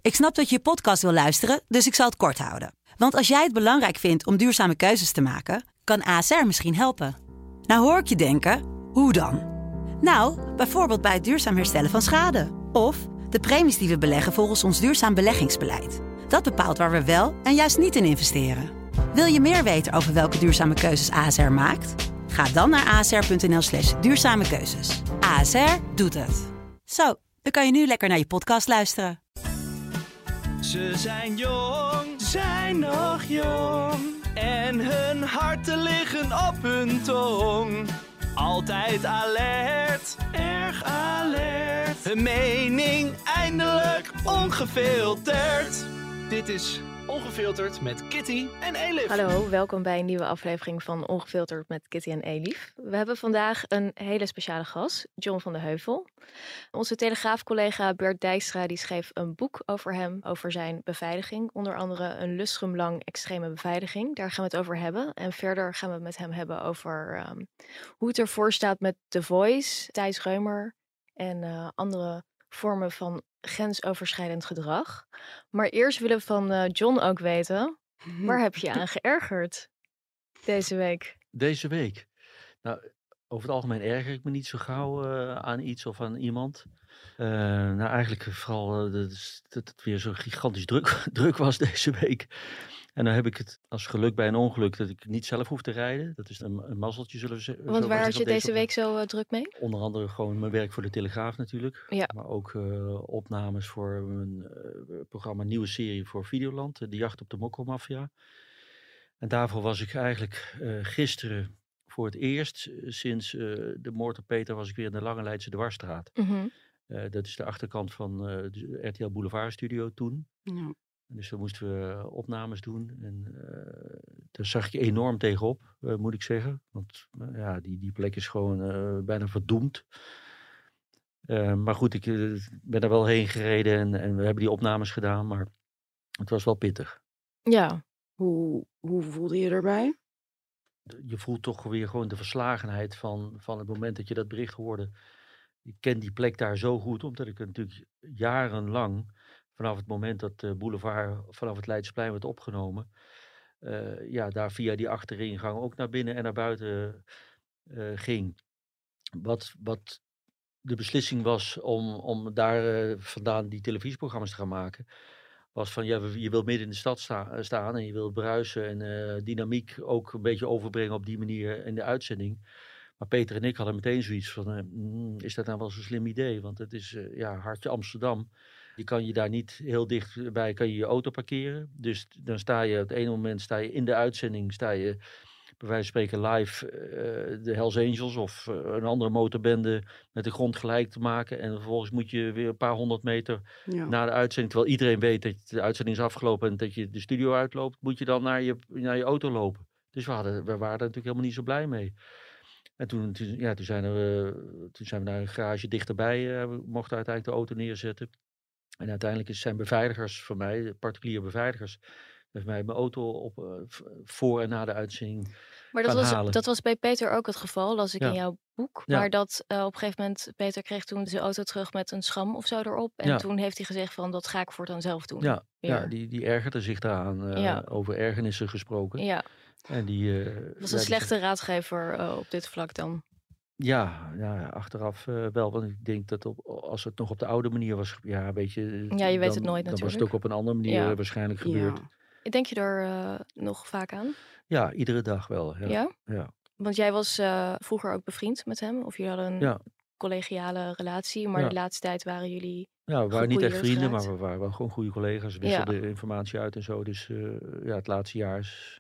Ik snap dat je podcast wil luisteren, dus ik zal het kort houden. Want als jij het belangrijk vindt om duurzame keuzes te maken, kan ASR misschien helpen. Nou hoor ik je denken, hoe dan? Nou, bijvoorbeeld bij het duurzaam herstellen van schade. Of de premies die we beleggen volgens ons duurzaam beleggingsbeleid. Dat bepaalt waar we wel en juist niet in investeren. Wil je meer weten over welke duurzame keuzes ASR maakt? Ga dan naar asr.nl/duurzame keuzes. ASR doet het. Zo, dan kan je nu lekker naar je podcast luisteren. Ze zijn jong, zijn nog jong. En hun harten liggen op hun tong. Altijd alert, erg alert. Hun mening eindelijk ongefilterd. Dit is Ongefilterd met Kitty en Elif. Hallo, welkom bij een nieuwe aflevering van Ongefilterd met Kitty en Elif. We hebben vandaag een hele speciale gast, John van de Heuvel. Onze Telegraaf-collega Bert Dijkstra die schreef een boek over hem, over zijn beveiliging. Onder andere een lustrum lang extreme beveiliging. Daar gaan we het over hebben. En verder gaan we het met hem hebben over hoe het ervoor staat met The Voice, Thijs Reumer en andere vormen van grensoverschrijdend gedrag. Maar eerst willen we van John ook weten, waar heb je aan geërgerd deze week? Deze week? Nou, over het algemeen erger ik me niet zo gauw aan iets of aan iemand. Nou, eigenlijk vooral dat het weer zo gigantisch druk was deze week. En dan heb ik het als geluk bij een ongeluk dat ik niet zelf hoef te rijden. Dat is een mazzeltje, zullen we zeggen. Want waar had je deze week zo druk mee? Onder andere gewoon mijn werk voor de Telegraaf natuurlijk. Ja. Maar ook opnames voor mijn programma Nieuwe Serie voor Videoland. De jacht op de mokkelmafia. En daarvoor was ik eigenlijk gisteren voor het eerst sinds de moord op Peter was ik weer in de Lange Leidse Dwarsstraat. Mhm. Dat is de achterkant van de RTL Boulevard Studio toen. Ja. Dus daar moesten we opnames doen. En daar zag ik enorm tegenop, moet ik zeggen. Want ja, die plek is gewoon bijna verdoemd. Maar goed, ik ben er wel heen gereden en we hebben die opnames gedaan. Maar het was wel pittig. Ja. Hoe voelde je erbij? Je voelt toch weer gewoon de verslagenheid van het moment dat je dat bericht hoorde. Ik ken die plek daar zo goed, omdat ik er natuurlijk jarenlang, vanaf het moment dat de boulevard vanaf het Leidseplein werd opgenomen, daar via die achteringang ook naar binnen en naar buiten ging. Wat de beslissing was om daar vandaan die televisieprogramma's te gaan maken, was van ja, je wilt midden in de stad staan en je wilt bruisen en dynamiek ook een beetje overbrengen op die manier in de uitzending. Maar Peter en ik hadden meteen zoiets van, is dat nou wel zo'n slim idee? Want het is hartje Amsterdam. Je kan je daar niet heel dichtbij kan je auto parkeren. Dus dan sta je op het ene moment in de uitzending, bij wijze van spreken live de Hells Angels of een andere motorbende met de grond gelijk te maken. En vervolgens moet je weer een paar 100 meter na de uitzending, terwijl iedereen weet dat de uitzending is afgelopen en dat je de studio uitloopt, moet je dan naar je auto lopen. Dus we waren er natuurlijk helemaal niet zo blij mee. En toen zijn we naar een garage dichterbij, we mochten uiteindelijk de auto neerzetten. En uiteindelijk zijn beveiligers van mij, particuliere beveiligers, heeft mij mijn auto op voor en na de uitzending Maar dat was bij Peter ook het geval, las ik in jouw boek. Ja. Maar dat op een gegeven moment, Peter kreeg toen zijn auto terug met een schram of zo erop. En toen heeft hij gezegd van, dat ga ik voortaan zelf doen. Ja, die ergerde zich daaraan, over ergernissen gesproken. Ja. En die was een slechte raadgever op dit vlak dan. Ja, achteraf wel. Want ik denk dat als het nog op de oude manier was, weet je. Ja, je weet het nooit dan natuurlijk. was het ook op een andere manier waarschijnlijk gebeurd. Denk je er nog vaak aan? Ja, iedere dag wel. Ja? Want jij was vroeger ook bevriend met hem? Of jullie hadden een collegiale relatie, maar de laatste tijd waren jullie... Ja, we waren niet echt vrienden, geraakt. maar we waren wel gewoon goede collega's. We wisselden informatie uit en zo. Dus het laatste jaar is...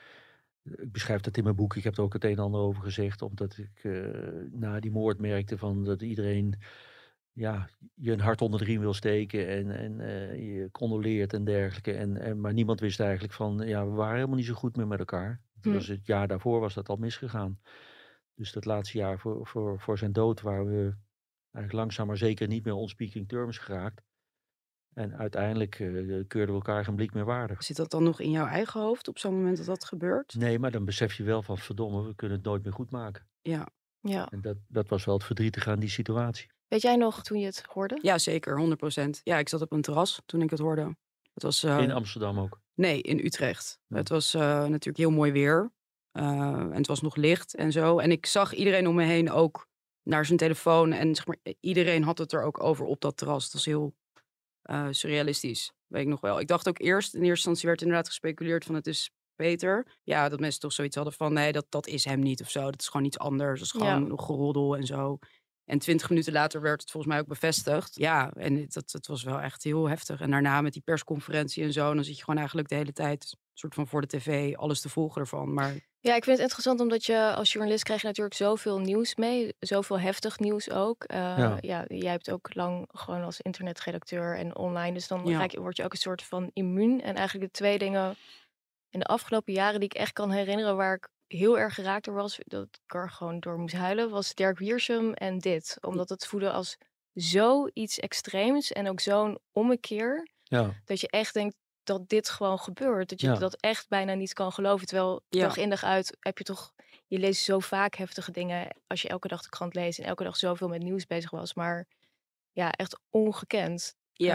Ik beschrijf dat in mijn boek. Ik heb er ook het een en ander over gezegd. Omdat ik na die moord merkte van dat iedereen je een hart onder de riem wil steken. En je condoleert en dergelijke. Maar niemand wist eigenlijk van, we waren helemaal niet zo goed meer met elkaar. Dus het jaar daarvoor was dat al misgegaan. Dus dat laatste jaar voor zijn dood waren we eigenlijk langzaam maar zeker niet meer on speaking terms geraakt. En uiteindelijk keurden we elkaar geen blik meer waardig. Zit dat dan nog in jouw eigen hoofd op zo'n moment dat dat gebeurt? Nee, maar dan besef je wel van verdomme, we kunnen het nooit meer goed maken. Ja. Ja. En dat was wel het verdrietige aan die situatie. Weet jij nog toen je het hoorde? Ja, zeker, 100%. Ja, ik zat op een terras toen ik het hoorde. Het was, In Amsterdam ook? Nee, in Utrecht. Ja. Het was natuurlijk heel mooi weer. En het was nog licht en zo. En ik zag iedereen om me heen ook naar zijn telefoon. En zeg maar, iedereen had het er ook over op dat terras. Het was heel surrealistisch, weet ik nog wel. Ik dacht ook in eerste instantie werd inderdaad gespeculeerd van het is Peter. Ja, dat mensen toch zoiets hadden van nee, dat is hem niet of zo. Dat is gewoon iets anders. Dat is gewoon nog geroddel en zo. En 20 minuten later werd het volgens mij ook bevestigd. Ja, en het was wel echt heel heftig. En daarna met die persconferentie en zo, dan zit je gewoon eigenlijk de hele tijd soort van voor de tv alles te volgen ervan. Maar Ja, ik vind het interessant omdat je als journalist krijg je natuurlijk zoveel nieuws mee. Zoveel heftig nieuws ook. Jij hebt ook lang gewoon als internetredacteur en online. Dus dan word je ook een soort van immuun. En eigenlijk de twee dingen in de afgelopen jaren die ik echt kan herinneren waar ik heel erg geraakt door was, dat ik er gewoon door moest huilen, was Dirk Wiersum en dit. Omdat het voelde als zoiets extreems en ook zo'n ommekeer. Ja. Dat je echt denkt dat dit gewoon gebeurt. Dat je dat echt bijna niet kan geloven. Terwijl dag in dag uit heb je toch, je leest zo vaak heftige dingen als je elke dag de krant leest en elke dag zoveel met nieuws bezig was. Maar ja, echt ongekend.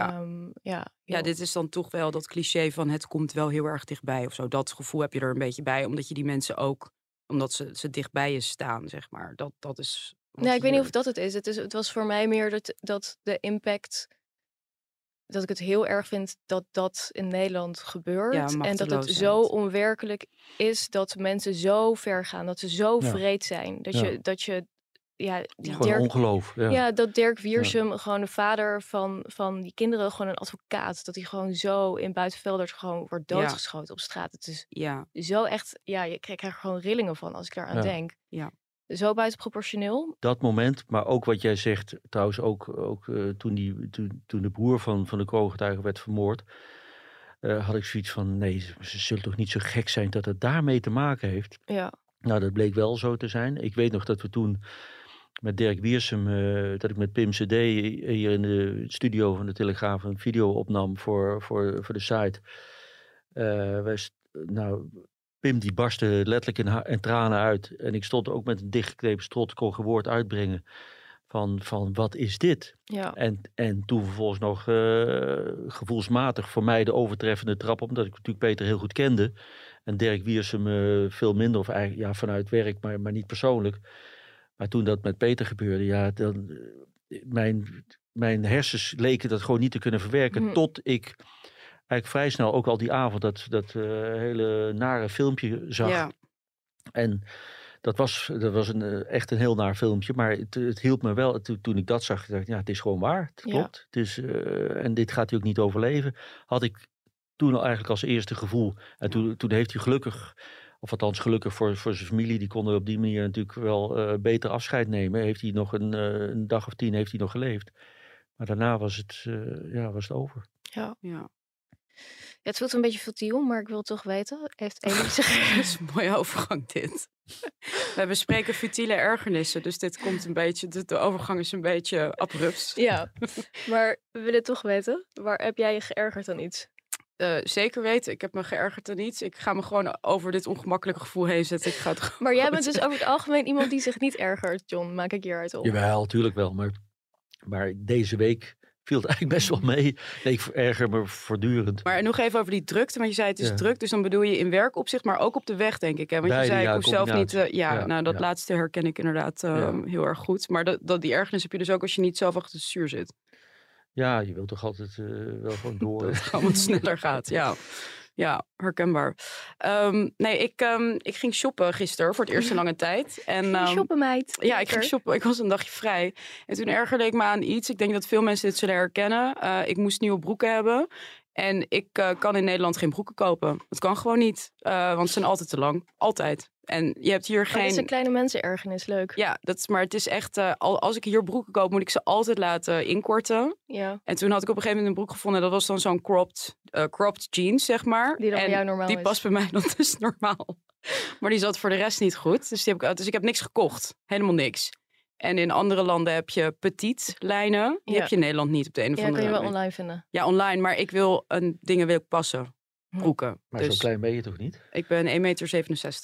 Ja, dit is dan toch wel dat cliché van het komt wel heel erg dichtbij of zo. Dat gevoel heb je er een beetje bij, omdat je die mensen ook, omdat ze dichtbij je staan, zeg maar. Dat is. Nee, ik weet niet of dat het is. Het was voor mij meer dat de impact, dat ik het heel erg vind dat in Nederland gebeurt. En dat het zo onwerkelijk is dat mensen zo ver gaan, dat ze zo wreed zijn. Dat je Gewoon ongeloof. Dat Dirk Wiersum, gewoon de vader van die kinderen, gewoon een advocaat, dat hij gewoon zo in Buitenveldert gewoon wordt doodgeschoten op straat. Het is zo echt, je krijgt er gewoon rillingen van als ik daaraan denk. Ja. Zo buitenproportioneel. Dat moment, maar ook wat jij zegt, trouwens ook toen de broer van de kroongetuige werd vermoord, had ik zoiets van, nee, ze zullen toch niet zo gek zijn dat het daarmee te maken heeft. Ja. Nou, dat bleek wel zo te zijn. Ik weet nog dat we toen met Dirk Wiersum, dat ik met Pim CD hier in de studio van de Telegraaf een video opnam voor de site. Pim die barstte letterlijk in tranen uit. En ik stond ook met een dichtgeknepen strot, kon geen woord uitbrengen van wat is dit? Ja. En toen vervolgens nog gevoelsmatig voor mij de overtreffende trap, omdat ik natuurlijk Peter heel goed kende. En Dirk Wiersum veel minder, of eigenlijk vanuit werk, maar niet persoonlijk. Maar toen dat met Peter gebeurde, dan mijn hersens leken dat gewoon niet te kunnen verwerken. Tot ik eigenlijk vrij snel ook al die avond dat hele nare filmpje zag. Ja. En dat was echt een heel naar filmpje. Maar het hielp me wel. Toen ik dat zag, dacht ik, het is gewoon waar. Het klopt. Het is, en dit gaat hij ook niet overleven. Had ik toen al eigenlijk als eerste gevoel. En toen heeft hij gelukkig, of althans gelukkig voor zijn familie, die konden op die manier natuurlijk wel beter afscheid nemen. Heeft hij nog een dag of 10 heeft hij nog geleefd. Maar daarna was het over. Ja. Het voelt een beetje futiel, maar ik wil het toch weten. Heeft Elie zich... Dat is een mooie overgang dit. We bespreken futiele ergernissen, dus dit komt een beetje, de overgang is een beetje abrupt. Ja, maar we willen toch weten. Waar heb jij je geërgerd aan iets? Zeker weten, ik heb me geërgerd aan iets. Ik ga me gewoon over dit ongemakkelijke gevoel heen zetten. Maar jij bent dus over het algemeen iemand die zich niet ergert, John. Maak ik hieruit op. Jawel, natuurlijk wel. Maar deze week viel het eigenlijk best wel mee. Nee, ik erger me voortdurend. Maar nog even over die drukte. Want je zei het is druk. Dus dan bedoel je in werkopzicht, maar ook op de weg, denk ik. Hè? Want je zei, ik hoef zelf niet... dat laatste herken ik inderdaad heel erg goed. Maar die ergernis heb je dus ook als je niet zelf achter het stuur zit. Ja, je wilt toch altijd wel gewoon door. Dat het gewoon wat sneller gaat, Ja, herkenbaar. Ik ging shoppen gisteren voor het eerst in lange tijd. Shoppen, meid. Ja, ik ging shoppen. Ik was een dagje vrij. En toen ergerde ik me aan iets. Ik denk dat veel mensen dit zullen herkennen. Ik moest nieuwe broeken hebben. En ik kan in Nederland geen broeken kopen. Dat kan gewoon niet. Want ze zijn altijd te lang. Altijd. En je hebt hier geen... Het is een kleine mensenergernis, leuk. Ja, maar het is echt... als ik hier broeken koop, moet ik ze altijd laten inkorten. Ja. En toen had ik op een gegeven moment een broek gevonden. Dat was dan zo'n cropped jeans, zeg maar. Die dan bij jou normaal die past bij mij, dat is normaal. Maar die zat voor de rest niet goed. Dus ik heb niks gekocht. Helemaal niks. En in andere landen heb je petit lijnen. Die heb je in Nederland niet op de een of andere manier. Ja, kun je wel online vinden. Ja, online. Maar ik wil dingen passen. Broeken. Maar zo klein ben je toch niet? Ik ben 1,67 meter.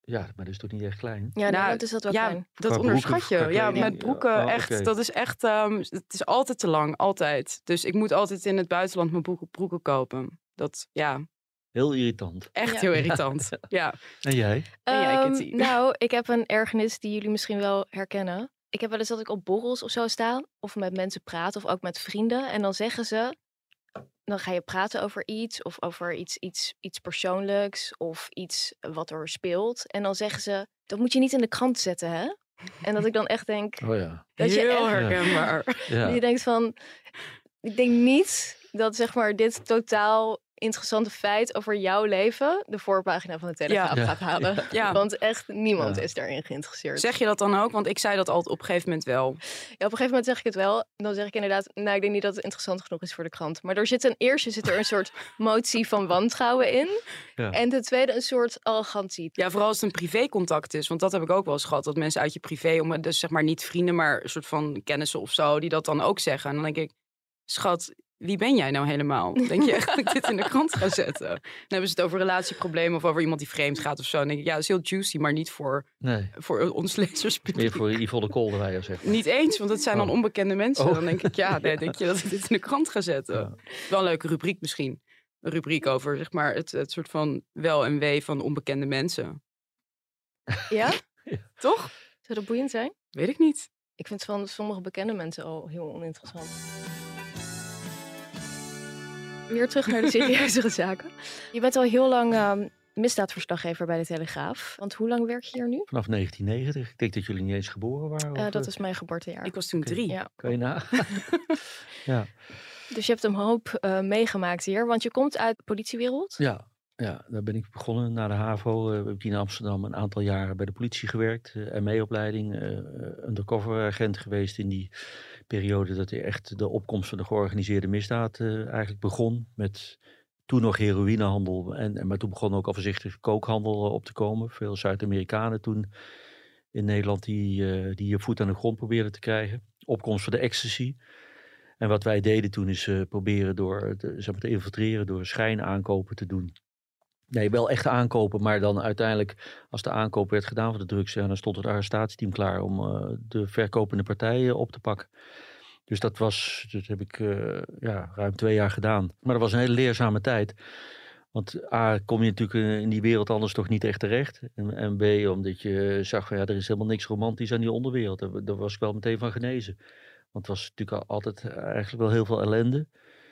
Ja, maar dat is toch niet echt klein? Ja, Nou, dat is dat wel ja, klein. dat Qua onderschat je. broeken, Ja, kleding. met broeken Oh, echt. oké. Dat is echt. Het is altijd te lang, altijd. Dus ik moet altijd in het buitenland mijn broeken kopen. Dat, ja, Heel irritant. echt Ja. heel irritant. Ja. En jij? En jij, Ehm, Kitty? nou, ik heb een ergernis die jullie misschien wel herkennen. Ik heb wel eens dat ik op borrels of zo sta, of met mensen praat, of ook met vrienden. En dan zeggen ze, dan ga je praten over iets, of over iets persoonlijks, of iets wat er speelt. En dan zeggen ze, dat moet je niet in de krant zetten, hè? En dat ik dan echt denk, Oh ja. dat je Heel echt- herkenbaar. Ja. je denkt van, ik denk niet dat zeg maar dit totaal interessante feit over jouw leven de voorpagina van de Telegraaf Ja. gaat halen. Ja. Want echt niemand Ja. is daarin geïnteresseerd. Zeg je dat dan ook? Want ik zei dat altijd op een gegeven moment wel. Ja, op een gegeven moment zeg ik het wel. Dan zeg ik inderdaad, nou, ik denk niet dat het interessant genoeg is voor de krant. Maar ten eerste zit er een soort motie van wantrouwen in. Ja. En ten tweede een soort arrogantie. Ja, vooral als het een privécontact is. Want dat heb ik ook wel eens gehad. Dat mensen uit je privé, dus zeg maar niet vrienden, maar een soort van kennissen of zo, die dat dan ook zeggen. En dan denk ik, schat, wie ben jij nou helemaal? Denk je echt dat ik dit in de krant ga zetten? Dan hebben ze het over relatieproblemen of over iemand die vreemd gaat of zo. Dan denk ik, ja, dat is heel juicy, maar niet voor Nee, ons lezerspubliek. meer voor Yvonne Kolderweijer, zeg maar. Niet eens, want het zijn dan Oh. onbekende mensen. Oh. Dan denk ik, ja, nee, denk je dat ik dit in de krant ga zetten? Ja. Wel een leuke rubriek misschien. Een rubriek over, zeg maar, het soort van wel en wee van onbekende mensen. Ja? Toch? Zou dat boeiend zijn? Weet ik niet. Ik vind van sommige bekende mensen al heel oninteressant. Weer terug naar de serieuzere zaken. Je bent al heel lang misdaadverslaggever bij de Telegraaf. Want hoe lang werk je hier nu? Vanaf 1990. Ik denk dat jullie niet eens geboren waren. of, Dat is mijn geboortejaar. Ik was toen 3. Ja. Kan je na? Ja. Dus je hebt een hoop meegemaakt hier. Want je komt uit de politiewereld. Ja, daar ben ik begonnen. Na de HAVO heb ik in Amsterdam een aantal jaren bij de politie gewerkt. ME-opleiding, undercover agent geweest in die periode dat er echt de opkomst van de georganiseerde misdaad eigenlijk begon. Met toen nog heroïnehandel, maar toen begon ook al voorzichtig kookhandel op te komen. Veel Zuid-Amerikanen toen in Nederland die je voet aan de grond probeerden te krijgen. Opkomst van de ecstasy. En wat wij deden toen is proberen te infiltreren door schijnaankopen te doen. Nee, wel echte aankopen, maar dan uiteindelijk als de aankoop werd gedaan van de drugs, ja, dan stond het arrestatieteam klaar om de verkopende partijen op te pakken. Dus dat heb ik ruim 2 jaar gedaan. Maar dat was een hele leerzame tijd. Want A, kom je natuurlijk in die wereld anders toch niet echt terecht. En B, omdat je zag van ja, er is helemaal niks romantisch aan die onderwereld. Daar was ik wel meteen van genezen. Want het was natuurlijk altijd eigenlijk wel heel veel ellende.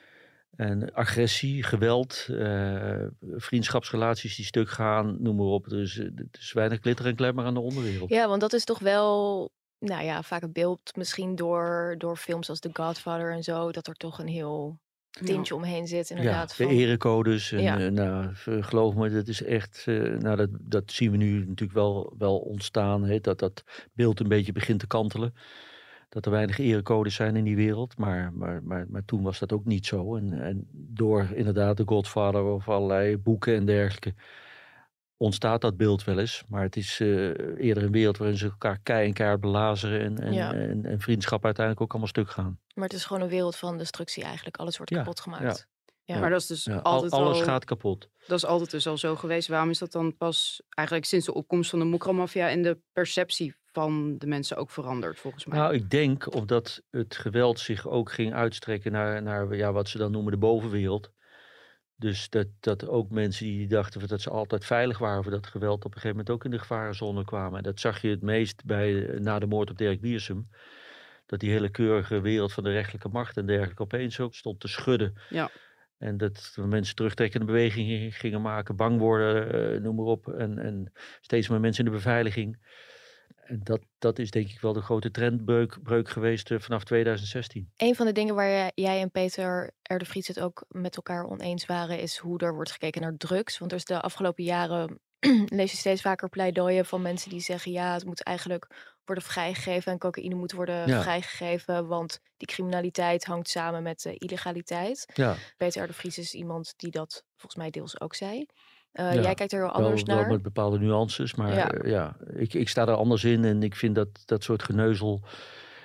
En agressie, geweld, vriendschapsrelaties die stuk gaan, noem maar op. Dus er is weinig glitter en glamour aan de onderwereld. Ja, want dat is toch wel, nou ja, vaak een beeld misschien door films als The Godfather en zo. Dat er toch een heel tintje omheen zit inderdaad. Ja, de van, erecodes. En, Ja. Geloof me, dat is echt... dat zien we nu natuurlijk wel ontstaan. Hè, dat beeld een beetje begint te kantelen. Dat er weinig erecodes zijn in die wereld. Maar toen was dat ook niet zo. En door inderdaad de Godfather of allerlei boeken en dergelijke ontstaat dat beeld wel eens. Maar het is eerder een wereld waarin ze elkaar kei en keihard belazeren. En vriendschap uiteindelijk ook allemaal stuk gaan. Maar het is gewoon een wereld van destructie eigenlijk. Alles wordt Ja, kapot gemaakt. Ja. Maar dat is dus Ja, altijd alles al, gaat kapot. dat is altijd dus al zo geweest. Waarom is dat dan pas eigenlijk sinds de opkomst van de mokromafia en de perceptie van de mensen ook veranderd volgens mij? Nou, ik denk omdat het geweld zich ook ging uitstrekken naar wat ze dan noemen de bovenwereld. Dus dat ook mensen die dachten dat ze altijd veilig waren voor dat geweld op een gegeven moment ook in de gevarenzone kwamen. En dat zag je het meest na de moord op Dirk Wiersum. Dat die hele keurige wereld van de rechterlijke macht en dergelijke opeens ook stond te schudden. Ja. En dat mensen terugtrekkende bewegingen gingen maken, bang worden, noem maar op. En steeds meer mensen in de beveiliging. En dat is denk ik wel de grote trendbreuk geweest vanaf 2016. Een van de dingen waar jij en Peter R. de Vries het ook met elkaar oneens waren, is hoe er wordt gekeken naar drugs. Want er is de afgelopen jaren lees je steeds vaker pleidooien van mensen die zeggen ja, het moet eigenlijk worden vrijgegeven en cocaïne moet worden vrijgegeven, want die criminaliteit hangt samen met de illegaliteit. Ja. Peter R. de Vries is iemand die dat volgens mij deels ook zei. Jij kijkt er heel anders naar. Wel met bepaalde nuances, maar ik sta er anders in en ik vind dat soort geneuzel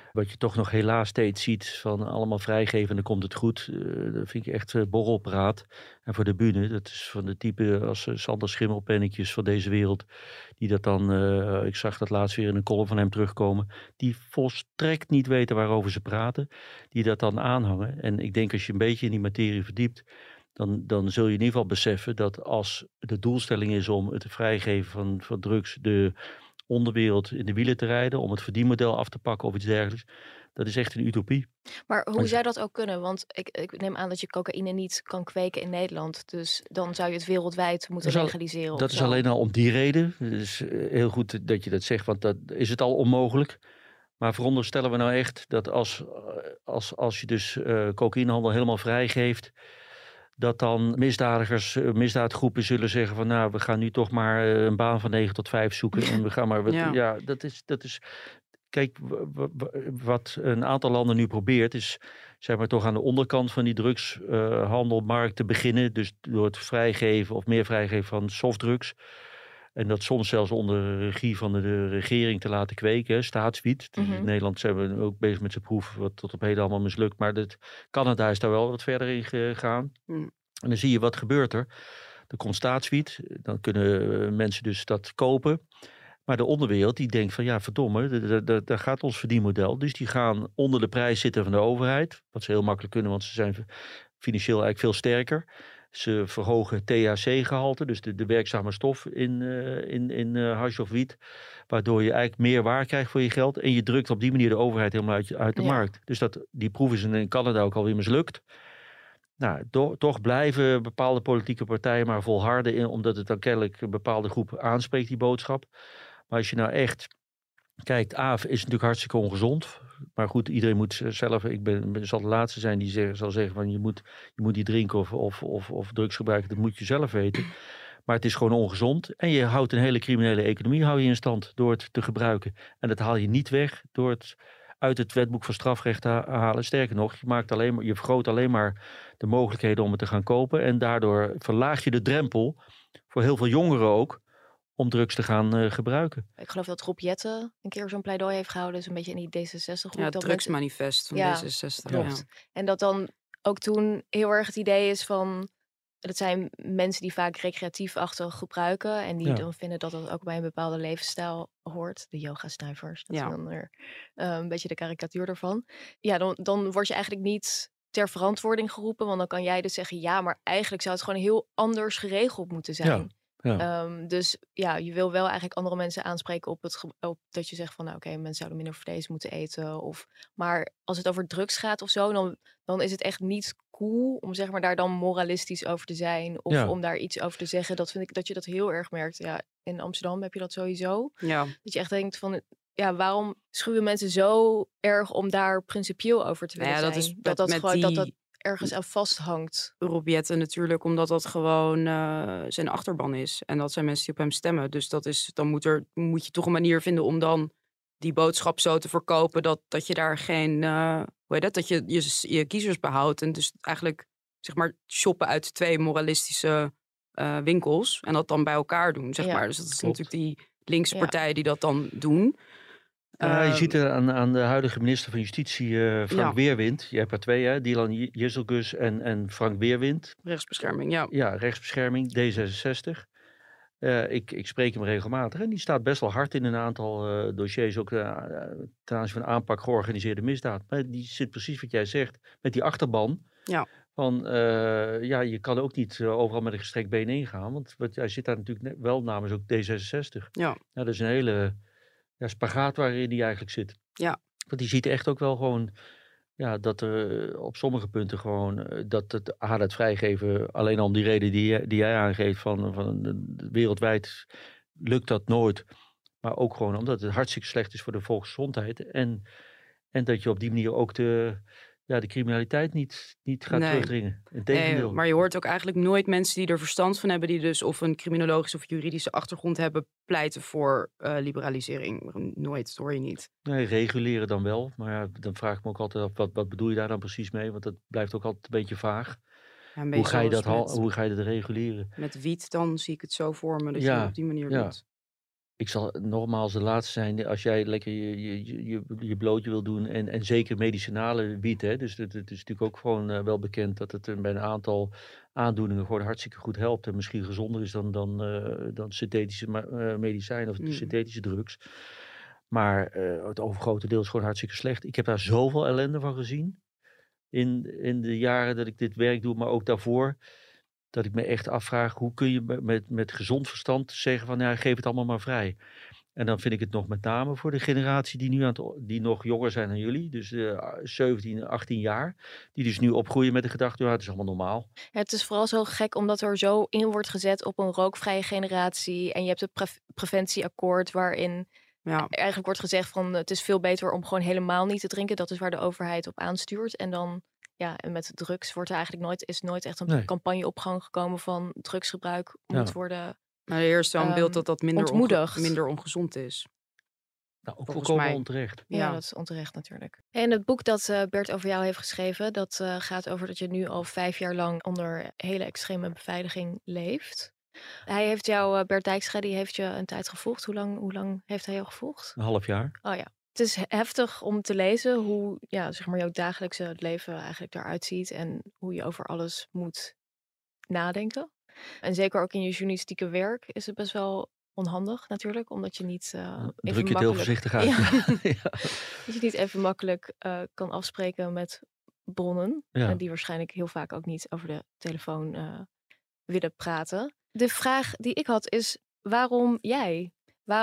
Wat je toch nog helaas steeds ziet van allemaal vrijgeven en dan komt het goed. Dat vind ik echt borrelpraat. En voor de bühne, dat is van de type als Sander Schimmelpennetjes van deze wereld. Die dat dan, ik zag dat laatst weer in een column van hem terugkomen. Die volstrekt niet weten waarover ze praten. Die dat dan aanhangen. En ik denk als je een beetje in die materie verdiept. Dan zul je in ieder geval beseffen dat als de doelstelling is om het vrijgeven van drugs de onderwereld in de wielen te rijden, om het verdienmodel af te pakken of iets dergelijks. Dat is echt een utopie. Maar hoe Dus- zou dat ook kunnen? Want ik neem aan dat je cocaïne niet kan kweken in Nederland. Dus dan zou je het wereldwijd moeten Dat is legaliseren. Dat of is zo. alleen al om die reden. Het is heel goed dat je dat zegt, want dat is het al onmogelijk. Maar veronderstellen we nou echt dat als je dus cocaïnehandel helemaal vrijgeeft, dat dan misdadigers, misdaadgroepen zullen zeggen van nou, we gaan nu toch maar een baan van 9 tot 5 zoeken. En we gaan maar Ja. dat is. Kijk, wat een aantal landen nu probeert is, zeg maar toch aan de onderkant van die drugshandelmarkt te beginnen. Dus door het vrijgeven of meer vrijgeven van softdrugs. En dat soms zelfs onder de regie van de regering te laten kweken, hè, staatswiet. Dus in Nederland zijn we ook bezig met zijn proef, wat tot op heden allemaal mislukt. Maar Canada is daar wel wat verder in gegaan. Mm. En dan zie je wat gebeurt er. Er komt staatswiet, dan kunnen mensen dus dat kopen. Maar de onderwereld die denkt van ja verdomme, daar gaat ons verdienmodel. Dus die gaan onder de prijs zitten van de overheid. Wat ze heel makkelijk kunnen, want ze zijn financieel eigenlijk veel sterker. Ze verhogen THC-gehalte, dus de werkzame stof in hash of wiet. Waardoor je eigenlijk meer waar krijgt voor je geld. En je drukt op die manier de overheid helemaal uit de markt. Dus die proef is in Canada ook alweer mislukt. Nou, toch blijven bepaalde politieke partijen maar volharden omdat het dan kennelijk een bepaalde groep aanspreekt, die boodschap. Maar als je nou echt kijkt, AF is natuurlijk hartstikke ongezond. Maar goed, iedereen moet zelf, zal de laatste zijn die zal zeggen van je moet niet drinken of drugs gebruiken, dat moet je zelf weten. Maar het is gewoon ongezond. En je houdt een hele criminele economie in stand door het te gebruiken. En dat haal je niet weg door het uit het wetboek van strafrecht te halen. Sterker nog, je vergroot alleen maar de mogelijkheden om het te gaan kopen. En daardoor verlaag je de drempel voor heel veel jongeren ook om drugs te gaan gebruiken. Ik geloof dat Rob Jetten een keer zo'n pleidooi heeft gehouden. Dus een beetje in die D66-groep. Ja, het dat drugsmanifest van Ja, D66. klopt. Ja. En dat dan ook toen heel erg het idee is van. Dat zijn mensen die vaak recreatief-achtig gebruiken. En die dan vinden dat dat ook bij een bepaalde levensstijl hoort. De yoga-snuivers. Dat is dan weer een beetje de karikatuur ervan. Ja, dan word je eigenlijk niet ter verantwoording geroepen. Want dan kan jij dus zeggen, ja, maar eigenlijk zou het gewoon heel anders geregeld moeten zijn. Ja. Dus ja, je wil wel eigenlijk andere mensen aanspreken op dat je zegt van, nou oké, mensen zouden minder vlees moeten eten. Maar als het over drugs gaat of zo, dan is het echt niet cool om zeg maar daar dan moralistisch over te zijn. Of om daar iets over te zeggen. Dat vind ik dat je dat heel erg merkt. Ja, in Amsterdam heb je dat sowieso. Ja. Dat je echt denkt van, ja, waarom schuwen mensen zo erg om daar principieel over te willen zijn? Dat is dat ergens aan vasthangt. Rob Jetten natuurlijk, omdat dat gewoon zijn achterban is. En dat zijn mensen die op hem stemmen. Dus dan moet je toch een manier vinden om dan die boodschap zo te verkopen dat je daar geen, dat je kiezers behoudt. En dus eigenlijk, zeg maar, shoppen uit 2 moralistische winkels. En dat dan bij elkaar doen, zeg maar. Dus dat is natuurlijk die linkse partijen die dat dan doen. Je ziet er aan de huidige minister van Justitie, Frank Weerwind. Je hebt er 2, hè? Dylan Jezelgus en Frank Weerwind. Rechtsbescherming, ja. Ja, rechtsbescherming, D66. Ik spreek hem regelmatig en die staat best wel hard in een aantal dossiers, ook ten aanzien van aanpak georganiseerde misdaad. Maar die zit precies wat jij zegt, met die achterban. Ja. Van, je kan ook niet overal met een gestrekt been ingaan, want hij zit daar natuurlijk wel namens ook D66. Ja. Dat is een hele spagaat waarin hij eigenlijk zit. Ja. Want die ziet echt ook wel gewoon dat er op sommige punten gewoon dat het vrijgeven alleen al om die reden die jij aangeeft van wereldwijd lukt dat nooit. Maar ook gewoon omdat het hartstikke slecht is voor de volksgezondheid. En dat je op die manier ook de criminaliteit niet gaat terugdringen. Nee, maar je hoort ook eigenlijk nooit mensen die er verstand van hebben, die dus of een criminologische of juridische achtergrond hebben, pleiten voor liberalisering. Nooit, dat hoor je niet. Nee, reguleren dan wel. Maar ja, dan vraag ik me ook altijd af, wat bedoel je daar dan precies mee? Want dat blijft ook altijd een beetje vaag. Ja, een beetje hoe ga je dat reguleren? Met wiet dan zie ik het zo voor me dat je het op die manier doet. Ik zal nogmaals de laatste zijn. Als jij lekker je blootje wil doen. En zeker medicinale wiet. Hè, dus het is natuurlijk ook gewoon wel bekend dat het bij een aantal aandoeningen gewoon hartstikke goed helpt. En misschien gezonder is dan synthetische medicijnen of synthetische drugs. Maar het overgrote deel is gewoon hartstikke slecht. Ik heb daar zoveel ellende van gezien. In de jaren dat ik dit werk doe, maar ook daarvoor. Dat ik me echt afvraag, hoe kun je met gezond verstand zeggen van, ja, geef het allemaal maar vrij. En dan vind ik het nog met name voor de generatie die nog jonger zijn dan jullie. Dus 17, 18 jaar. Die dus nu opgroeien met de gedachte, ja, het is allemaal normaal. Ja, het is vooral zo gek omdat er zo in wordt gezet op een rookvrije generatie. En je hebt het preventieakkoord waarin eigenlijk wordt gezegd van het is veel beter om gewoon helemaal niet te drinken. Dat is waar de overheid op aanstuurt. En dan en met drugs wordt er eigenlijk nooit echt een campagne op gang gekomen van drugsgebruik moet worden. Maar er heerst wel een beeld dat minder ongezond is. Nou, ook volkomen onterecht. Ja, dat is onterecht natuurlijk. En het boek dat Bert over jou heeft geschreven, dat gaat over dat je nu al 5 jaar lang onder hele extreme beveiliging leeft. Hij heeft jou, Bert Dijkstra, die heeft je een tijd gevolgd. Hoe lang heeft hij jou gevolgd? Een half jaar. Oh ja. Het is heftig om te lezen hoe zeg maar jouw dagelijkse leven eigenlijk eruit ziet en hoe je over alles moet nadenken. En zeker ook in je journalistieke werk is het best wel onhandig natuurlijk, omdat je niet druk je het heel voorzichtig uit. Dat je niet even makkelijk kan afspreken met bronnen die waarschijnlijk heel vaak ook niet over de telefoon willen praten. De vraag die ik had is, waarom jij?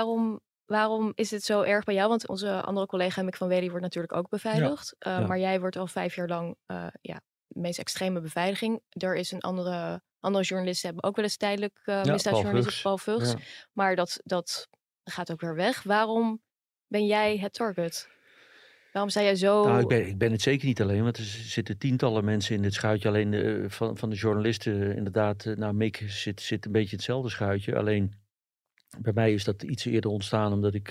Waarom is het zo erg bij jou? Want onze andere collega Mick van Wely wordt natuurlijk ook beveiligd. Maar jij wordt al 5 jaar lang de meest extreme beveiliging. Er is een andere journalisten hebben ook wel eens tijdelijk misdaadjournalisten, Paul Vugs. Ja. Maar dat gaat ook weer weg. Waarom ben jij het target? Waarom zei jij zo... Nou, ik ben het zeker niet alleen, want er zitten tientallen mensen in dit schuitje. Alleen van de journalisten inderdaad. Mick zit een beetje in hetzelfde schuitje. Alleen bij mij is dat iets eerder ontstaan omdat ik,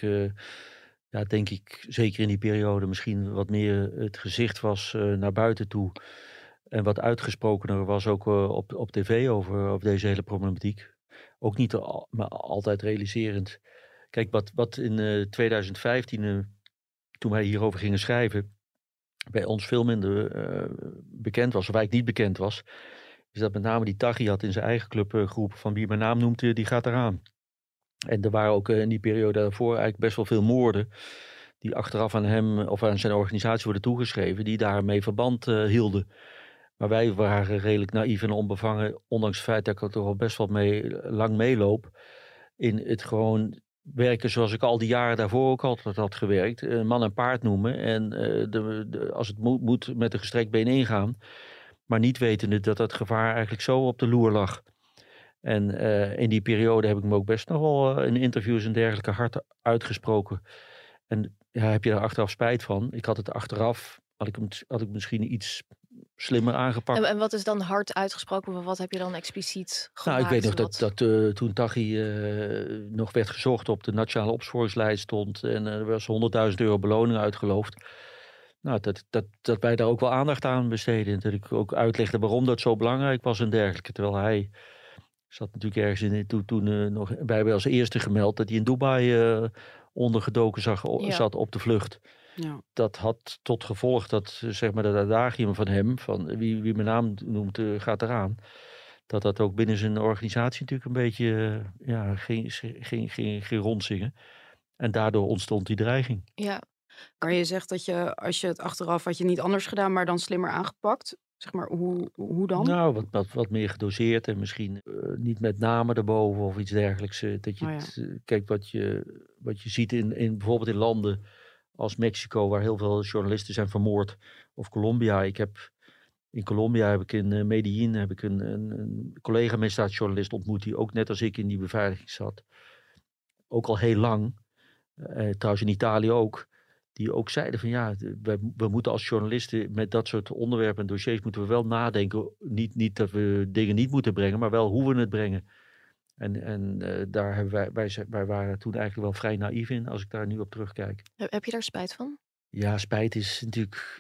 denk ik, zeker in die periode misschien wat meer het gezicht was naar buiten toe. En wat uitgesprokener was ook op tv over deze hele problematiek. Ook niet maar altijd realiserend. Kijk, wat in 2015, toen wij hierover gingen schrijven, bij ons veel minder bekend was, of eigenlijk niet bekend was, is dat met name die Taghi had in zijn eigen club geroepen van wie mijn naam noemt, die gaat eraan. En er waren ook in die periode daarvoor eigenlijk best wel veel moorden die achteraf aan hem of aan zijn organisatie worden toegeschreven, die daarmee verband hielden. Maar wij waren redelijk naïef en onbevangen, ondanks het feit dat ik er toch wel best wel lang meeloop in het gewoon werken zoals ik al die jaren daarvoor ook altijd had gewerkt. Man en paard noemen en als het moet met een gestrekt been ingaan. Maar niet wetende dat dat gevaar eigenlijk zo op de loer lag. En in die periode heb ik me ook best nog wel in interviews en dergelijke hard uitgesproken. En heb je daar achteraf spijt van? Ik had het achteraf, had ik misschien iets slimmer aangepakt. En wat is dan hard uitgesproken? Wat heb je dan expliciet gemaakt? Nou, ik weet nog dat toen Taghi nog werd gezocht op de nationale opsporingslijst stond en er was €100.000 beloning uitgeloofd. Nou, dat wij daar ook wel aandacht aan besteden. En dat ik ook uitlegde waarom dat zo belangrijk was en dergelijke. Terwijl hij zat natuurlijk ergens in toen nog bij als eerste gemeld dat hij in Dubai ondergedoken zat op de vlucht. Ja. Dat had tot gevolg dat, zeg maar, dat adagium van hem, van wie mijn naam noemt, gaat eraan. Dat ook binnen zijn organisatie natuurlijk een beetje ging rondzingen. En daardoor ontstond die dreiging. Ja, maar je zegt dat als je het achteraf had je niet anders gedaan, maar dan slimmer aangepakt. Zeg maar, hoe dan? Nou, wat meer gedoseerd en misschien niet met namen erboven of iets dergelijks. Dat je kijk, wat je ziet in bijvoorbeeld in landen als Mexico, waar heel veel journalisten zijn vermoord, of Colombia. In Colombia heb ik in Medellin een collega misdaadjournalist ontmoet die ook net als ik in die beveiliging zat. Ook al heel lang. Trouwens in Italië ook. Die ook zeiden van we moeten als journalisten met dat soort onderwerpen en dossiers moeten we wel nadenken. Niet dat we dingen niet moeten brengen, maar wel hoe we het brengen. En daar hebben wij waren toen eigenlijk wel vrij naïef in, als ik daar nu op terugkijk. Heb je daar spijt van? Ja, spijt is natuurlijk,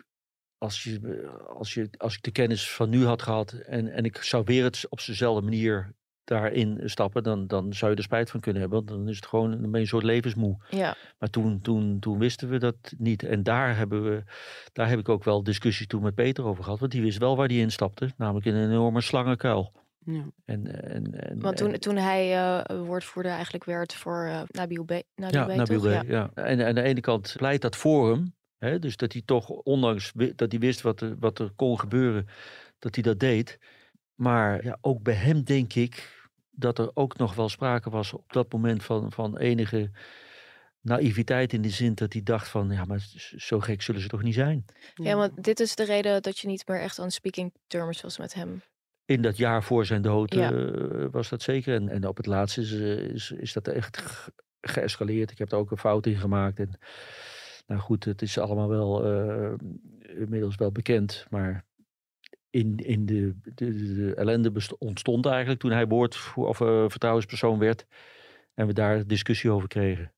als ik de kennis van nu had gehad en ik zou weer het op dezelfde manier daarin stappen, dan zou je er spijt van kunnen hebben. Want dan is het gewoon, dan ben je een soort levensmoe. Ja. Maar toen wisten we dat niet. En daar heb ik ook wel discussies toen met Peter over gehad. Want die wist wel waar die in stapte. Namelijk in een enorme slangenkuil. Ja. Want toen hij woordvoerder eigenlijk werd voor Nabil B. Nabil B, ja. En aan de ene kant pleit dat voor hem. Hè, dus dat hij toch, ondanks dat hij wist wat er kon gebeuren, dat hij dat deed. Maar ja, ook bij hem denk ik dat er ook nog wel sprake was op dat moment van enige naïviteit, in de zin dat hij dacht van, ja, maar zo gek zullen ze toch niet zijn. Ja, want dit is de reden dat je niet meer echt on speaking terms was met hem. In dat jaar voor zijn dood Ja. was dat zeker. En op het laatste is dat echt geëscaleerd. Ik heb er ook een fout in gemaakt. En nou goed, het is allemaal wel inmiddels wel bekend. Maar in de ellende ontstond eigenlijk toen hij vertrouwenspersoon werd. En we daar discussie over kregen.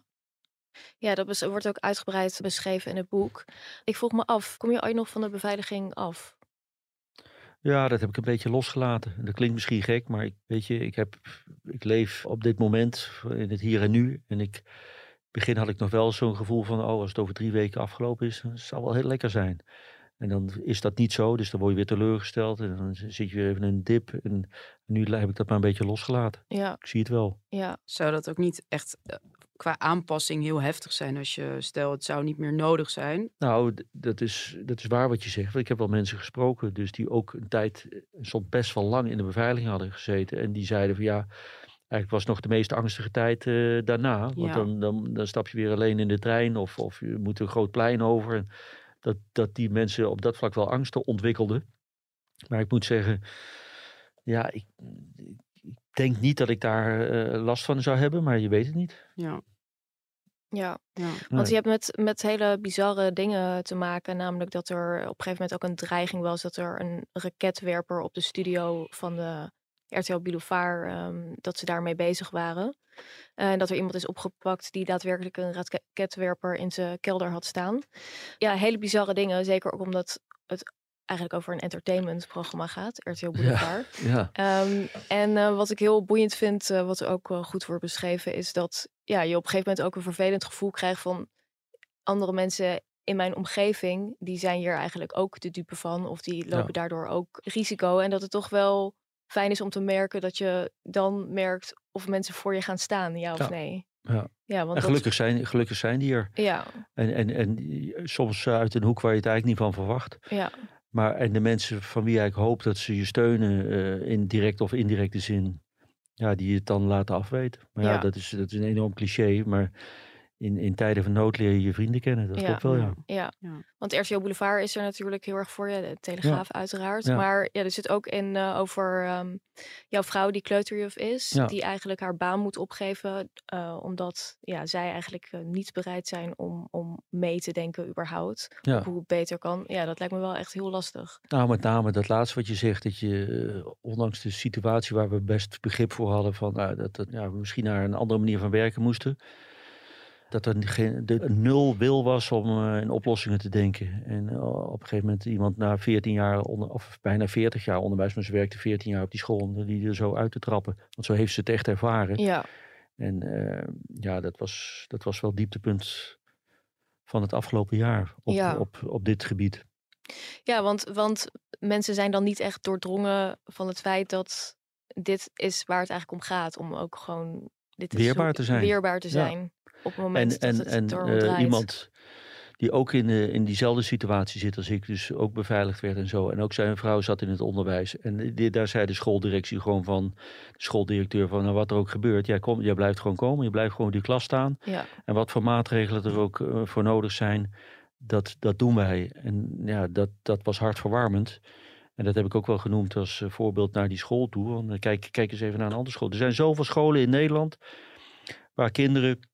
Ja, dat wordt ook uitgebreid beschreven in het boek. Ik vroeg me af, kom je ooit nog van de beveiliging af? Ja, dat heb ik een beetje losgelaten. Dat klinkt misschien gek, maar ik leef op dit moment in het hier en nu. En in het begin had ik nog wel zo'n gevoel van, als het over 3 weken afgelopen is, dan zal het wel heel lekker zijn. En dan is dat niet zo, dus dan word je weer teleurgesteld. En dan zit je weer even in een dip. En nu heb ik dat maar een beetje losgelaten. Ja. Ik zie het wel. Ja. Zou dat ook niet echt qua aanpassing heel heftig zijn als je, stel het zou niet meer nodig zijn? Nou, dat is waar wat je zegt. Ik heb wel mensen gesproken, dus die ook een tijd, soms best wel lang in de beveiliging hadden gezeten. En die zeiden van ja, eigenlijk was het nog de meest angstige tijd daarna. Want dan stap je weer alleen in de trein of je moet een groot plein over. En dat die mensen op dat vlak wel angsten ontwikkelden. Maar ik moet zeggen, ja, ik denk niet dat ik daar last van zou hebben, maar je weet het niet. Ja, want je hebt met hele bizarre dingen te maken. Namelijk dat er op een gegeven moment ook een dreiging was dat er een raketwerper op de studio van de RTL Boulevard, dat ze daarmee bezig waren. En dat er iemand is opgepakt die daadwerkelijk een raketwerper in zijn kelder had staan. Ja, hele bizarre dingen. Zeker ook omdat het eigenlijk over een entertainmentprogramma gaat, RTL Boulevard. Ja. En wat ik heel boeiend vind, wat ook goed wordt beschreven, is dat je op een gegeven moment ook een vervelend gevoel krijgt van andere mensen in mijn omgeving, die zijn hier eigenlijk ook de dupe van, of die lopen daardoor ook risico. En dat het toch wel fijn is om te merken dat je dan merkt of mensen voor je gaan staan, ja of nee. Ja, want gelukkig zijn die er. Ja. En soms uit een hoek waar je het eigenlijk niet van verwacht. Ja. En de mensen van wie ik hoop dat ze je steunen in directe of indirecte zin, die het dan laten afweten. Maar dat is een enorm cliché, maar in tijden van nood leer je je vrienden kennen. Dat klopt wel, ja. Want RTL Boulevard is er natuurlijk heel erg voor je, de Telegraaf uiteraard. Ja. Maar er zit ook in over jouw vrouw die kleuterjuf is, die eigenlijk haar baan moet opgeven, omdat zij eigenlijk niet bereid zijn om mee te denken überhaupt, op hoe het beter kan. Ja, dat lijkt me wel echt heel lastig. Nou, met name dat laatste wat je zegt, dat je ondanks de situatie waar we best begrip voor hadden van dat we misschien naar een andere manier van werken moesten, dat er nul wil was om in oplossingen te denken. En op een gegeven moment iemand na 14 jaar, of bijna 40 jaar onderwijs, maar ze werkte 14 jaar op die school, om die er zo uit te trappen. Want zo heeft ze het echt ervaren. Ja. En dat was wel het dieptepunt van het afgelopen jaar op dit gebied. Ja, want mensen zijn dan niet echt doordrongen van het feit dat dit is waar het eigenlijk om gaat. Om ook gewoon weerbaar te zijn. Ja. Op het moment dat het erom draait. Iemand die ook in diezelfde situatie zit als ik, dus ook beveiligd werd en zo. En ook zijn vrouw zat in het onderwijs. En daar zei de schooldirectie gewoon van, de schooldirecteur van, wat er ook gebeurt, jij blijft gewoon komen, je blijft gewoon in die klas staan. Ja. En wat voor maatregelen er ook voor nodig zijn, dat doen wij. En dat was hartverwarmend. En dat heb ik ook wel genoemd als voorbeeld naar die school toe. Want kijk eens even naar een andere school. Er zijn zoveel scholen in Nederland waar kinderen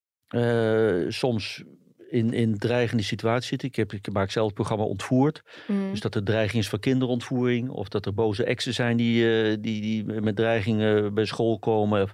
soms in dreigende situaties zitten. Ik maak zelf het programma Ontvoerd. Dus dat er dreiging is van kinderontvoering. Of dat er boze exen zijn die met dreigingen bij school komen.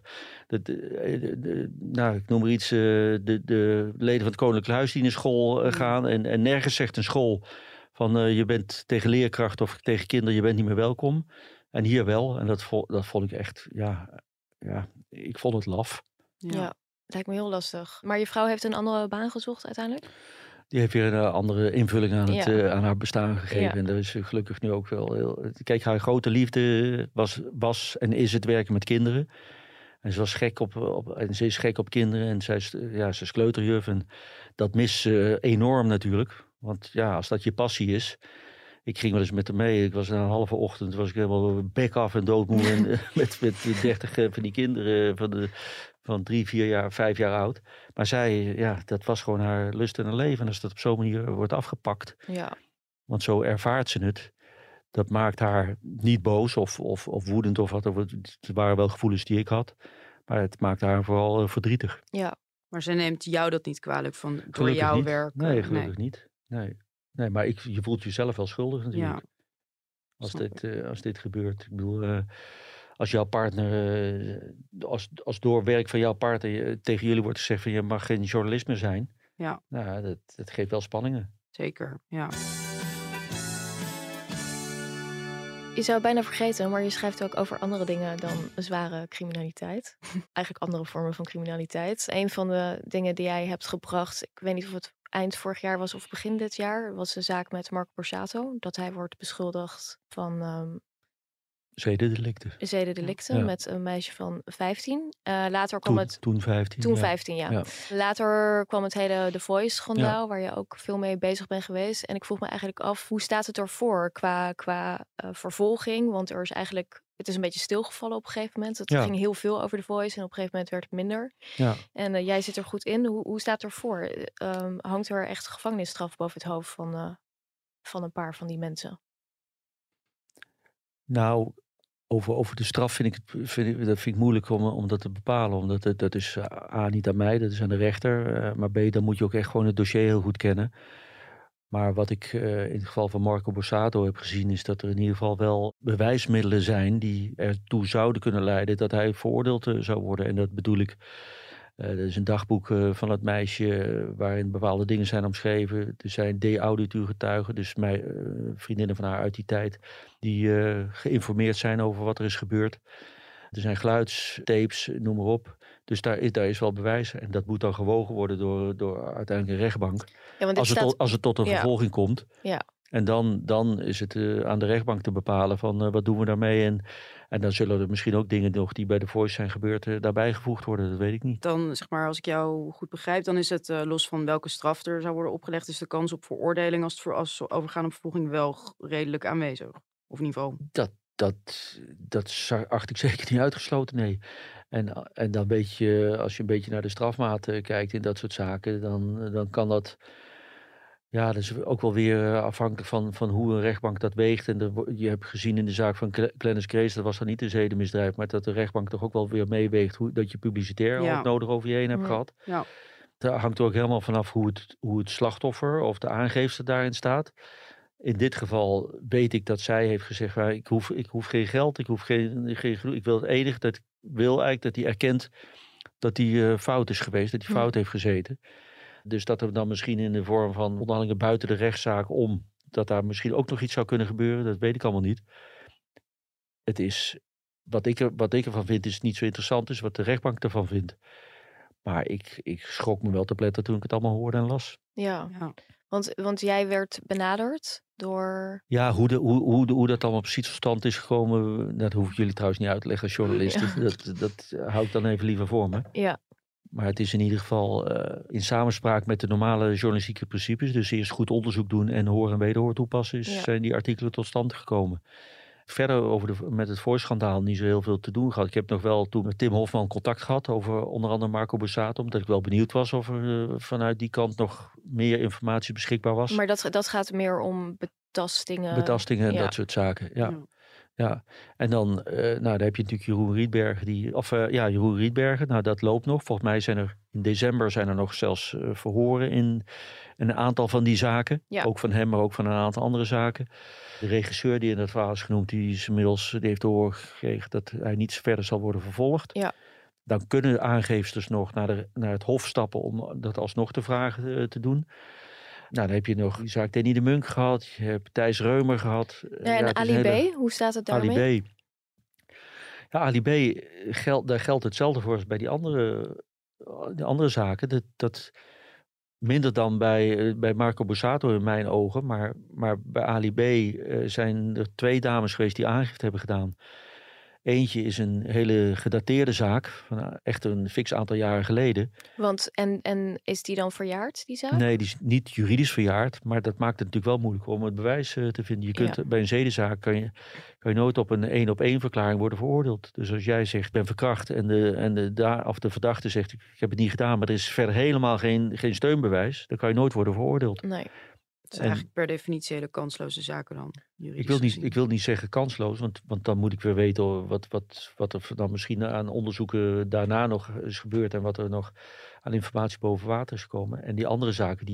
Ik noem maar iets. De leden van het Koninklijk Huis die naar school gaan. En nergens zegt een school van je bent tegen leerkrachten of tegen kinderen, je bent niet meer welkom. En hier wel. En dat vond ik echt, ik vond het laf. Ja, het lijkt me heel lastig. Maar je vrouw heeft een andere baan gezocht uiteindelijk? Die heeft weer een andere invulling aan haar bestaan gegeven. Ja. En daar is gelukkig nu ook wel heel... Kijk, haar grote liefde was en is het werken met kinderen. En ze was gek en ze is gek op kinderen. En ze is kleuterjuf. En dat mist ze enorm natuurlijk. Want ja, als dat je passie is... Ik ging wel eens met haar mee. Ik was na een halve ochtend was ik helemaal bek af en doodmoe. En met 30 van die kinderen van 3, 4 jaar, 5 jaar oud. Maar zij, dat was gewoon haar lust en haar leven. En als dat op zo'n manier wordt afgepakt. Ja. Want zo ervaart ze het. Dat maakt haar niet boos of woedend of wat. Het waren wel gevoelens die ik had. Maar het maakt haar vooral verdrietig. Ja. Maar ze neemt jou dat niet kwalijk van door Gelukkig jouw niet. werk? Nee, gelukkig niet. Nee, maar je voelt jezelf wel schuldig natuurlijk. Ja. Als dit gebeurt. Ik bedoel, als jouw partner, als door werk van jouw partner tegen jullie wordt gezegd van je mag geen journalist meer zijn. Ja. Nou, dat geeft wel spanningen. Zeker, ja. Je zou het bijna vergeten, maar je schrijft ook over andere dingen dan zware criminaliteit. Eigenlijk andere vormen van criminaliteit. Een van de dingen die jij hebt gebracht, ik weet niet of het eind vorig jaar was of begin dit jaar, was de zaak met Marco Borsato. Dat hij wordt beschuldigd van Zedendelicten. zedendelicten Ja. met een meisje van 15. Later kwam Toen 15. Toen ja. 15, ja. Ja. Later kwam het hele The Voice-schandaal, waar je ook veel mee bezig bent geweest. En ik vroeg me eigenlijk af, hoe staat het ervoor qua vervolging? Want het is een beetje stilgevallen op een gegeven moment. Het ging heel veel over The Voice en op een gegeven moment werd het minder. Ja. En jij zit er goed in. Hoe staat het ervoor? Hangt er echt gevangenisstraf boven het hoofd van een paar van die mensen? Nou, over de straf vind ik moeilijk om dat te bepalen. Omdat dat is A, niet aan mij, dat is aan de rechter. Maar B, dan moet je ook echt gewoon het dossier heel goed kennen. Maar wat ik in het geval van Marco Borsato heb gezien, is dat er in ieder geval wel bewijsmiddelen zijn die ertoe zouden kunnen leiden dat hij veroordeeld zou worden. En dat bedoel ik, er is een dagboek van het meisje waarin bepaalde dingen zijn omschreven. Er zijn de-audituurgetuigen, dus vriendinnen van haar uit die tijd, die geïnformeerd zijn over wat er is gebeurd. Er zijn geluidstapes, noem maar op. Dus daar is wel bewijs. En dat moet dan gewogen worden door uiteindelijk een rechtbank. Ja, want Als het tot een vervolging komt. Ja. En dan is het aan de rechtbank te bepalen van wat doen we daarmee. En dan zullen er misschien ook dingen nog die bij de Voice zijn gebeurd daarbij gevoegd worden. Dat weet ik niet. Dan, zeg maar, als ik jou goed begrijp, dan is het los van welke straf er zou worden opgelegd, is de kans op veroordeling als ze overgaan op vervolging wel redelijk aanwezig. Of in ieder geval. Dat acht ik zeker niet uitgesloten, nee. En dan weet je, als je een beetje naar de strafmaat kijkt in dat soort zaken, dan kan dat. Ja, dat is ook wel weer afhankelijk van hoe een rechtbank dat weegt. En je hebt gezien in de zaak van Glennis Grace, dat was dan niet een zedenmisdrijf, maar dat de rechtbank toch ook wel weer meeweegt dat je publicitair al het nodig over je heen hebt gehad. Ja. Dat hangt er ook helemaal vanaf hoe het slachtoffer of de aangeefster daarin staat. In dit geval weet ik dat zij heeft gezegd, ik hoef geen geld, ik wil het enige dat ik wil eigenlijk dat hij erkent dat hij fout is geweest, dat hij fout heeft gezeten. Dus dat er dan misschien in de vorm van onderhandelingen buiten de rechtszaak dat daar misschien ook nog iets zou kunnen gebeuren, dat weet ik allemaal niet. Het is, wat ik ervan vind, is niet zo interessant, is wat de rechtbank ervan vindt. Maar ik schrok me wel te pletter toen ik het allemaal hoorde en las. Ja. Want jij werd benaderd door. Ja, hoe dat allemaal precies tot stand is gekomen, dat hoef ik jullie trouwens niet uit te leggen als journalisten. Ja. Dat hou ik dan even liever voor me. Ja. Maar het is in ieder geval in samenspraak met de normale journalistieke principes. Dus eerst goed onderzoek doen en hoor en wederhoor toepassen. Zijn die artikelen tot stand gekomen. Verder met het Voice-schandaal niet zo heel veel te doen gehad. Ik heb nog wel toen met Tim Hofman contact gehad over onder andere Marco Borsato. Omdat ik wel benieuwd was of er vanuit die kant nog meer informatie beschikbaar was. Maar dat gaat meer om betastingen. Betastingen en dat soort zaken, ja. En dan daar heb je natuurlijk Jeroen Rietbergen. Jeroen Rietbergen, nou dat loopt nog. Volgens mij zijn er in december nog zelfs verhoren in een aantal van die zaken. Ja. Ook van hem, maar ook van een aantal andere zaken. De regisseur die in dat verhaal is genoemd, die heeft te horen gekregen dat hij niet verder zal worden vervolgd. Ja. Dan kunnen aangeefsters nog naar het hof stappen om dat alsnog te vragen te doen. Nou, dan heb je nog die zaak Danny de Munk gehad. Je hebt Thijs Reumer gehad. En Ali B, hoe staat het daarmee? Ali B, Ja, Ali B, daar geldt hetzelfde voor als bij die andere zaken. Dat minder dan bij Marco Borsato in mijn ogen. Maar bij Ali B zijn er 2 dames geweest die aangifte hebben gedaan. Eentje is een hele gedateerde zaak, van echt een fix aantal jaren geleden. Want, en is die dan verjaard, die zaak? Nee, die is niet juridisch verjaard, maar dat maakt het natuurlijk wel moeilijk om het bewijs te vinden. Je kunt bij een zedenzaak kan je nooit op een 1-op-1 verklaring worden veroordeeld. Dus als jij zegt, ik ben verkracht en de verdachte zegt, ik heb het niet gedaan, maar er is verder helemaal geen steunbewijs, dan kan je nooit worden veroordeeld. Nee. Het zijn eigenlijk per definitie hele kansloze zaken dan. Ik wil niet zeggen kansloos, want dan moet ik weer weten wat er dan misschien aan onderzoeken daarna nog is gebeurd en wat er nog aan informatie boven water is gekomen. En die andere zaken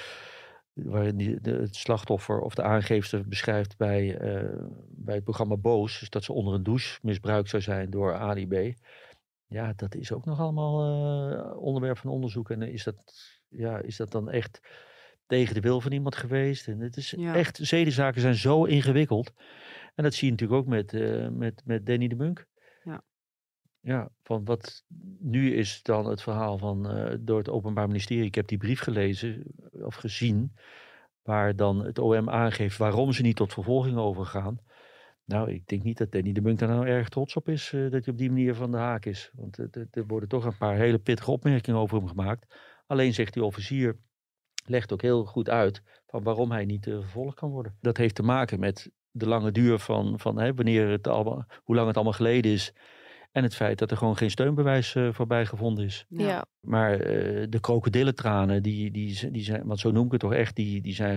waarin het slachtoffer of de aangeefster beschrijft bij het programma Boos, dus dat ze onder een douche misbruikt zou zijn door Ali B. Ja, dat is ook nog allemaal onderwerp van onderzoek. En is dat dan echt tegen de wil van iemand geweest? En het is echt, zedenzaken zijn zo ingewikkeld. En dat zie je natuurlijk ook met Danny de Munk. Ja. Ja, van wat nu is dan het verhaal van door het Openbaar Ministerie. Ik heb die brief gelezen of gezien, waar dan het OM aangeeft waarom ze niet tot vervolging overgaan. Nou, ik denk niet dat Danny de Munk daar nou erg trots op is dat hij op die manier van de haak is. Want er worden toch een paar hele pittige opmerkingen over hem gemaakt. Alleen zegt die officier, legt ook heel goed uit van waarom hij niet vervolgd kan worden. Dat heeft te maken met de lange duur van hoe lang het allemaal geleden is. En het feit dat er gewoon geen steunbewijs voorbij gevonden is. Ja. Maar de krokodillentranen, die zijn, want zo noem ik het toch echt, die zijn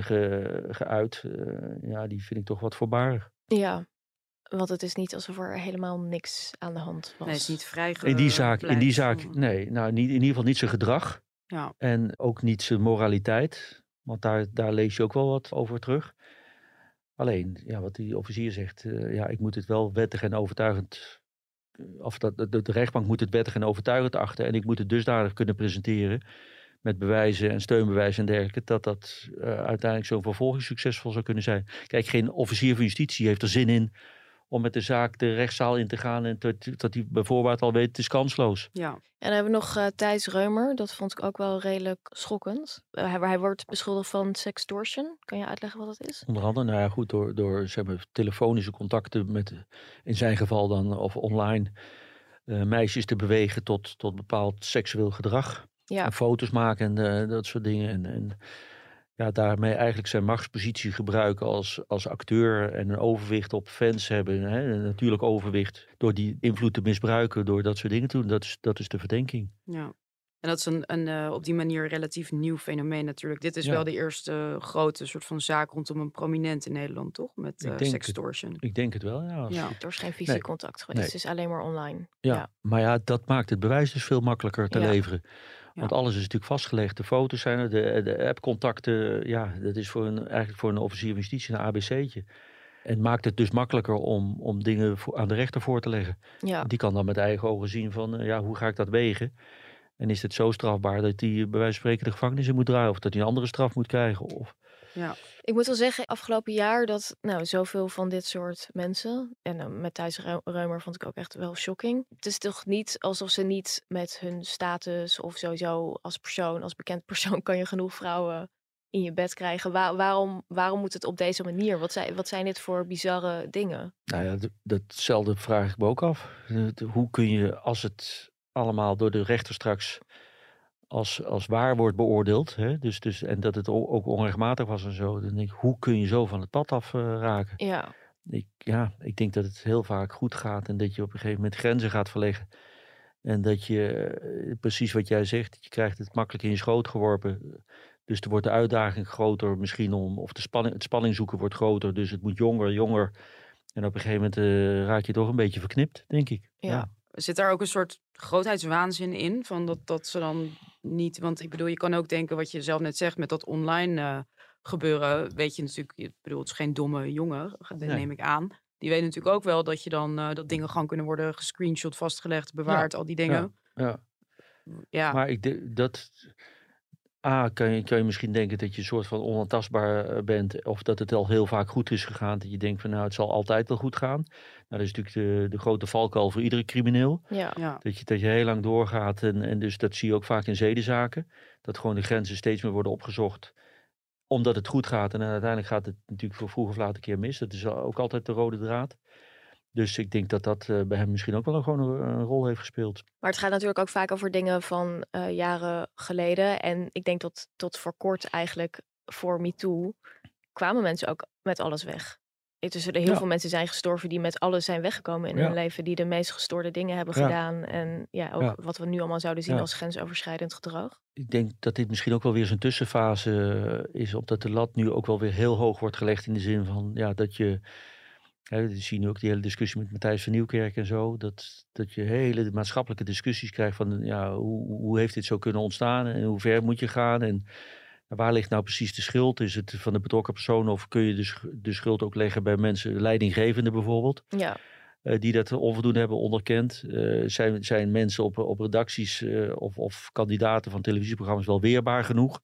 geuit. Die vind ik toch wat voorbarig. Ja, want het is niet alsof er helemaal niks aan de hand was. Nee, het is niet vrijgekomen. In die zaak, nee. Nou, in ieder geval niet zijn gedrag. Ja. En ook niet zijn moraliteit. Want daar lees je ook wel wat over terug. Alleen, wat die officier zegt, ik moet het wel wettig en overtuigend. Of de rechtbank moet het wettig en overtuigend achten. En ik moet het dusdanig kunnen presenteren. Met bewijzen en steunbewijzen en dergelijke. Dat uiteindelijk zo'n vervolging succesvol zou kunnen zijn. Kijk, geen officier van justitie heeft er zin in om met de zaak de rechtszaal in te gaan. En dat hij bijvoorbeeld al weet, het is kansloos. Ja. En dan hebben we nog Thijs Reumer. Dat vond ik ook wel redelijk schokkend. Hij wordt beschuldigd van sextortion. Kan je uitleggen wat dat is? Onder andere, door zeg maar, telefonische contacten in zijn geval dan, of online, meisjes te bewegen tot bepaald seksueel gedrag. Ja. En foto's maken en dat soort dingen. En daarmee eigenlijk zijn machtspositie gebruiken als acteur en een overwicht op fans hebben. Een natuurlijk overwicht door die invloed te misbruiken, door dat soort dingen te doen. Dat is de verdenking. Ja. En dat is een op die manier relatief nieuw fenomeen natuurlijk. Dit is wel de eerste grote soort van zaak rondom een prominent in Nederland, toch? Met sextortion. Ik denk het wel, ja. Er is geen fysiek contact geweest. Nee. Het is alleen maar online. Ja, maar dat maakt het bewijs dus veel makkelijker te leveren. Want alles is natuurlijk vastgelegd. De foto's zijn er, de appcontacten. Ja, dat is eigenlijk voor een officier van justitie een ABC'tje. En maakt het dus makkelijker om dingen aan de rechter voor te leggen. Ja. Die kan dan met eigen ogen zien van, hoe ga ik dat wegen? En is het zo strafbaar dat hij bij wijze van spreken de gevangenis in moet draaien? Of dat hij een andere straf moet krijgen? Of... Ja. Ik moet wel zeggen, afgelopen jaar dat zoveel van dit soort mensen, en met Thijs Reumer vond ik ook echt wel shocking. Het is toch niet alsof ze niet met hun status of sowieso als bekend persoon kan je genoeg vrouwen in je bed krijgen. Waarom moet het op deze manier? Wat zijn dit voor bizarre dingen? Nou ja, datzelfde vraag ik me ook af. Hoe kun je, als het allemaal door de rechter straks als waar wordt beoordeeld, hè? Dus, en dat het ook onrechtmatig was en zo, dan denk ik, hoe kun je zo van het pad af raken? Ja. Ik denk dat het heel vaak goed gaat en dat je op een gegeven moment grenzen gaat verleggen. En dat je, precies wat jij zegt, je krijgt het makkelijk in je schoot geworpen. Dus er wordt de uitdaging groter misschien of het spanning zoeken wordt groter. Dus het moet jonger. En op een gegeven moment raak je toch een beetje verknipt, denk ik. Ja. Zit daar ook een soort grootheidswaanzin in? Van dat ze dan niet... Want ik bedoel, je kan ook denken wat je zelf net zegt met dat online gebeuren. Weet je natuurlijk, het is geen domme jongen, dat neem ik aan. Die weet natuurlijk ook wel dat je dan dat dingen gewoon kunnen worden gescreenshot, vastgelegd, bewaard, al die dingen. Ja. Maar ik denk dat Kan je misschien denken dat je een soort van onaantastbaar bent. Of dat het al heel vaak goed is gegaan. Dat je denkt van nou, het zal altijd wel goed gaan. Nou, dat is natuurlijk de grote valkuil voor iedere crimineel. Ja. Ja. Dat je heel lang doorgaat. En dus dat zie je ook vaak in zedenzaken. Dat gewoon de grenzen steeds meer worden opgezocht. Omdat het goed gaat. En uiteindelijk gaat het natuurlijk voor vroeg of laat een keer mis. Dat is ook altijd de rode draad. Dus ik denk dat bij hem misschien ook wel gewoon een rol heeft gespeeld. Maar het gaat natuurlijk ook vaak over dingen van jaren geleden. En ik denk dat tot voor kort eigenlijk voor MeToo kwamen mensen ook met alles weg. Er zullen heel veel mensen zijn gestorven die met alles zijn weggekomen in hun leven. Die de meest gestoorde dingen hebben gedaan. En ook wat we nu allemaal zouden zien als grensoverschrijdend gedrag. Ik denk dat dit misschien ook wel weer zo'n tussenfase is. Omdat de lat nu ook wel weer heel hoog wordt gelegd. In de zin van dat je... we zien nu ook die hele discussie met Matthijs van Nieuwkerk en zo. Dat je hele maatschappelijke discussies krijgt van hoe heeft dit zo kunnen ontstaan en hoe ver moet je gaan en waar ligt nou precies de schuld? Is het van de betrokken persoon of kun je de schuld ook leggen bij mensen, leidinggevenden bijvoorbeeld, die dat onvoldoende hebben onderkend? Zijn mensen op redacties of kandidaten van televisieprogramma's wel weerbaar genoeg?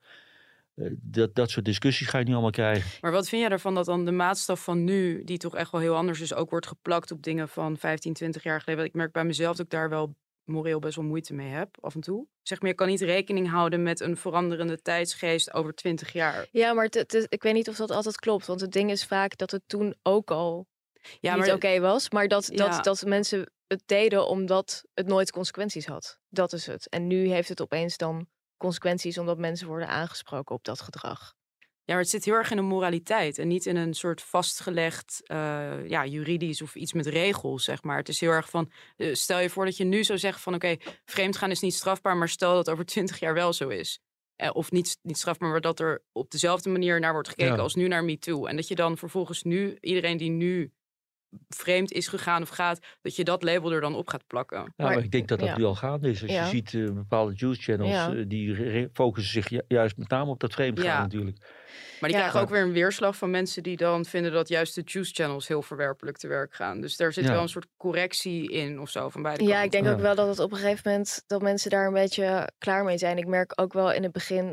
Dat soort discussies ga je nu allemaal krijgen. Maar wat vind jij ervan dat dan de maatstaf van nu, die toch echt wel heel anders is, ook wordt geplakt op dingen van 15, 20 jaar geleden? Ik merk bij mezelf dat ik daar wel moreel best wel moeite mee heb, af en toe. Zeg maar, je kan niet rekening houden met een veranderende tijdsgeest over 20 jaar. Ja, maar ik weet niet of dat altijd klopt. Want het ding is vaak dat het toen ook al niet oké was. Maar dat mensen het deden omdat het nooit consequenties had. Dat is het. En nu heeft het opeens dan consequenties omdat mensen worden aangesproken op dat gedrag. Ja, maar het zit heel erg in een moraliteit en niet in een soort vastgelegd juridisch of iets met regels, zeg maar. Het is heel erg van, stel je voor dat je nu zou zeggen van oké, vreemdgaan is niet strafbaar, maar stel dat over 20 jaar wel zo is. Of niet strafbaar, maar dat er op dezelfde manier naar wordt gekeken als nu naar MeToo. En dat je dan vervolgens nu, iedereen die nu vreemd is gegaan of gaat, dat je dat label er dan op gaat plakken. Maar ik denk dat nu al gaande is. Als je ziet bepaalde juice channels, die focussen zich juist met name op dat vreemdgaan natuurlijk. Maar die krijgen ook weer een weerslag van mensen die dan vinden dat juist de juice channels heel verwerpelijk te werk gaan. Dus daar zit wel een soort correctie in of zo van beide kanten. Ja, ik denk ook wel dat het op een gegeven moment dat mensen daar een beetje klaar mee zijn. Ik merk ook wel in het begin,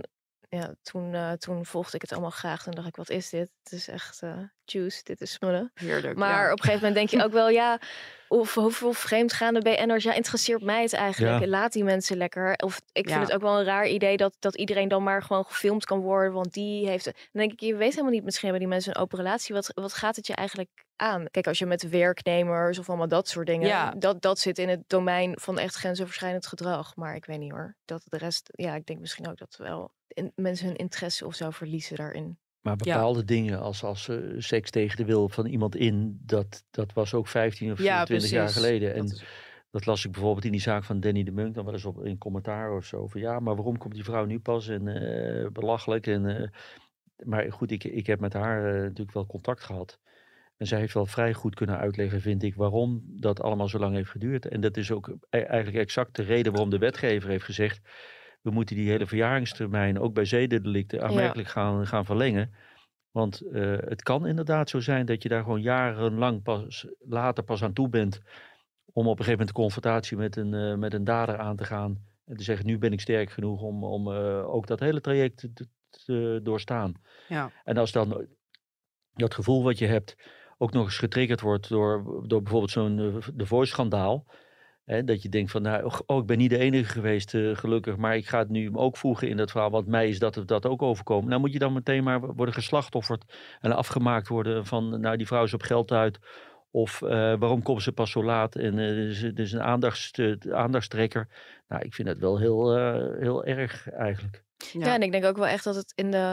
toen volgde ik het allemaal graag. Toen dacht ik, wat is dit? Het is echt juice, dit is smullen. Heerlijk, maar op een gegeven moment denk je ook wel, of hoeveel vreemdgaande BN'ers, interesseert mij het eigenlijk? Laat die mensen lekker. Of ik vind het ook wel een raar idee dat iedereen dan maar gewoon gefilmd kan worden, want die heeft... Dan denk ik, je weet helemaal niet, misschien hebben die mensen een open relatie. Wat gaat het je eigenlijk aan? Kijk, als je met werknemers of allemaal dat soort dingen, dat zit in het domein van echt grensoverschrijdend gedrag. Maar ik weet niet hoor, dat de rest, ik denk misschien ook dat wel mensen hun interesse of zo verliezen daarin. Maar bepaalde dingen als seks tegen de wil van iemand in, dat was ook 15 of 20 jaar geleden. En dat las ik bijvoorbeeld in die zaak van Danny de Munk dan wel eens op in commentaar of zo. Van maar waarom komt die vrouw nu pas? En belachelijk. Maar goed, ik heb met haar natuurlijk wel contact gehad. En zij heeft wel vrij goed kunnen uitleggen, vind ik, waarom dat allemaal zo lang heeft geduurd. En dat is ook eigenlijk exact de reden waarom de wetgever heeft gezegd, we moeten die hele verjaringstermijn ook bij zedendelicten aanmerkelijk gaan verlengen. Want het kan inderdaad zo zijn dat je daar gewoon jarenlang later pas aan toe bent om op een gegeven moment de confrontatie met een dader aan te gaan. En te zeggen, nu ben ik sterk genoeg om ook dat hele traject te doorstaan. Ja. En als dan dat gevoel wat je hebt ook nog eens getriggerd wordt door bijvoorbeeld zo'n The Voice-schandaal. Dat je denkt van, ik ben niet de enige geweest, gelukkig, maar ik ga het nu ook voegen in dat verhaal, want mij is dat ook overkomen. Nou moet je dan meteen maar worden geslachtofferd en afgemaakt worden van, die vrouw is op geld uit, of waarom komt ze pas zo laat en het is een aandachtstrekker. Nou, ik vind het wel heel erg eigenlijk. Ja, en ik denk ook wel echt dat het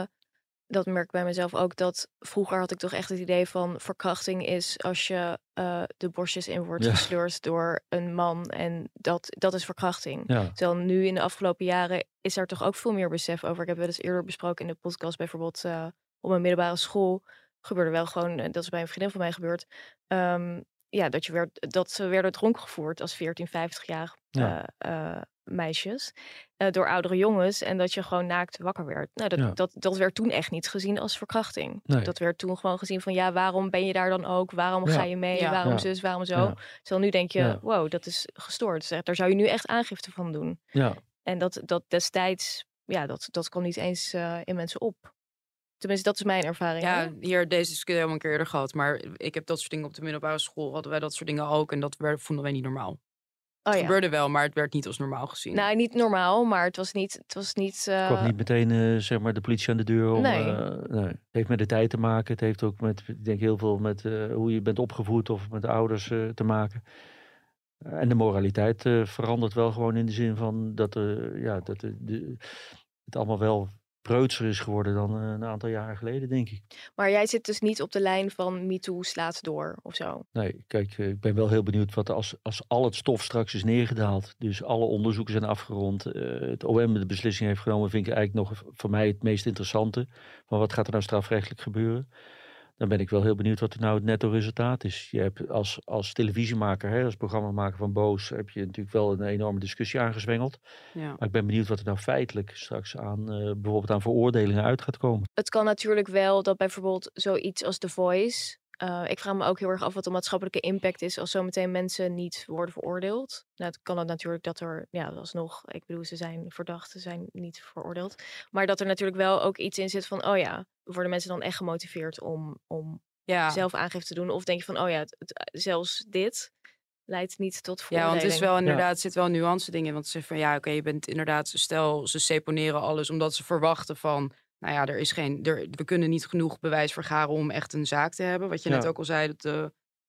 dat merk ik bij mezelf ook, dat vroeger had ik toch echt het idee van verkrachting is als je de borstjes in wordt gesleurd door een man en dat is verkrachting. Ja. Terwijl nu in de afgelopen jaren is er toch ook veel meer besef over. Ik heb wel eens eerder besproken in de podcast bijvoorbeeld op een middelbare school gebeurde wel gewoon, dat is bij een vriendin van mij gebeurd, dat ze werden dronken gevoerd als 14, 50-jarig meisjes door oudere jongens en dat je gewoon naakt wakker werd. Nou, dat werd toen echt niet gezien als verkrachting. Nee. Dat werd toen gewoon gezien van waarom ben je daar dan ook? Waarom ga je mee? Waarom zus? Waarom zo? Terwijl nu denk je, wow, dat is gestoord. Daar zou je nu echt aangifte van doen. Ja. En dat destijds dat kan niet eens in mensen op. Tenminste, dat is mijn ervaring. Ja, hè? hier deze discussie helemaal een keer eerder gehad. Maar ik heb dat soort dingen op de middelbare school. Hadden wij dat soort dingen ook. En dat vonden wij niet normaal. Oh, Het ja. gebeurde wel, maar het werd niet als normaal gezien. Nou, niet normaal, maar het was niet... kwam niet meteen zeg maar de politie aan de deur. Nee. Nee. Het heeft met de tijd te maken. Het heeft ook met, ik denk heel veel met hoe je bent opgevoed of met de ouders te maken. En de moraliteit verandert wel gewoon in de zin van dat, het allemaal wel preutser is geworden dan een aantal jaren geleden, denk ik. Maar jij zit dus niet op de lijn van MeToo slaat door of zo. Nee, kijk, ik ben wel heel benieuwd wat als al het stof straks is neergedaald. Dus alle onderzoeken zijn afgerond. Het OM de beslissing heeft genomen, vind ik eigenlijk nog voor mij het meest interessante. Van wat gaat er nou strafrechtelijk gebeuren? Dan ben ik wel heel benieuwd wat er nou het netto resultaat is. Je hebt als televisiemaker, hè, als programmamaker van Boos, heb je natuurlijk wel een enorme discussie aangezwengeld. Ja. Maar ik ben benieuwd wat er nou feitelijk straks aan bijvoorbeeld aan veroordelingen uit gaat komen. Het kan natuurlijk wel dat bijvoorbeeld zoiets als The Voice... ik vraag me ook heel erg af wat de maatschappelijke impact is... als zometeen mensen niet worden veroordeeld. Nou, het kan het natuurlijk dat er... Ja, alsnog, ik bedoel, ze zijn verdacht, ze zijn niet veroordeeld. Maar dat er natuurlijk wel ook iets in zit van... oh ja, worden mensen dan echt gemotiveerd om Ja. zelf aangifte te doen? Of denk je van, oh ja, zelfs dit leidt niet tot Ja, veroordeling? want het is wel inderdaad, zit wel nuance dingen. Want ze zeggen van ja, oké, je bent inderdaad, stel ze seponeren alles omdat ze verwachten van, nou ja, we kunnen niet genoeg bewijs vergaren om echt een zaak te hebben. Wat je net ook al zei, dat de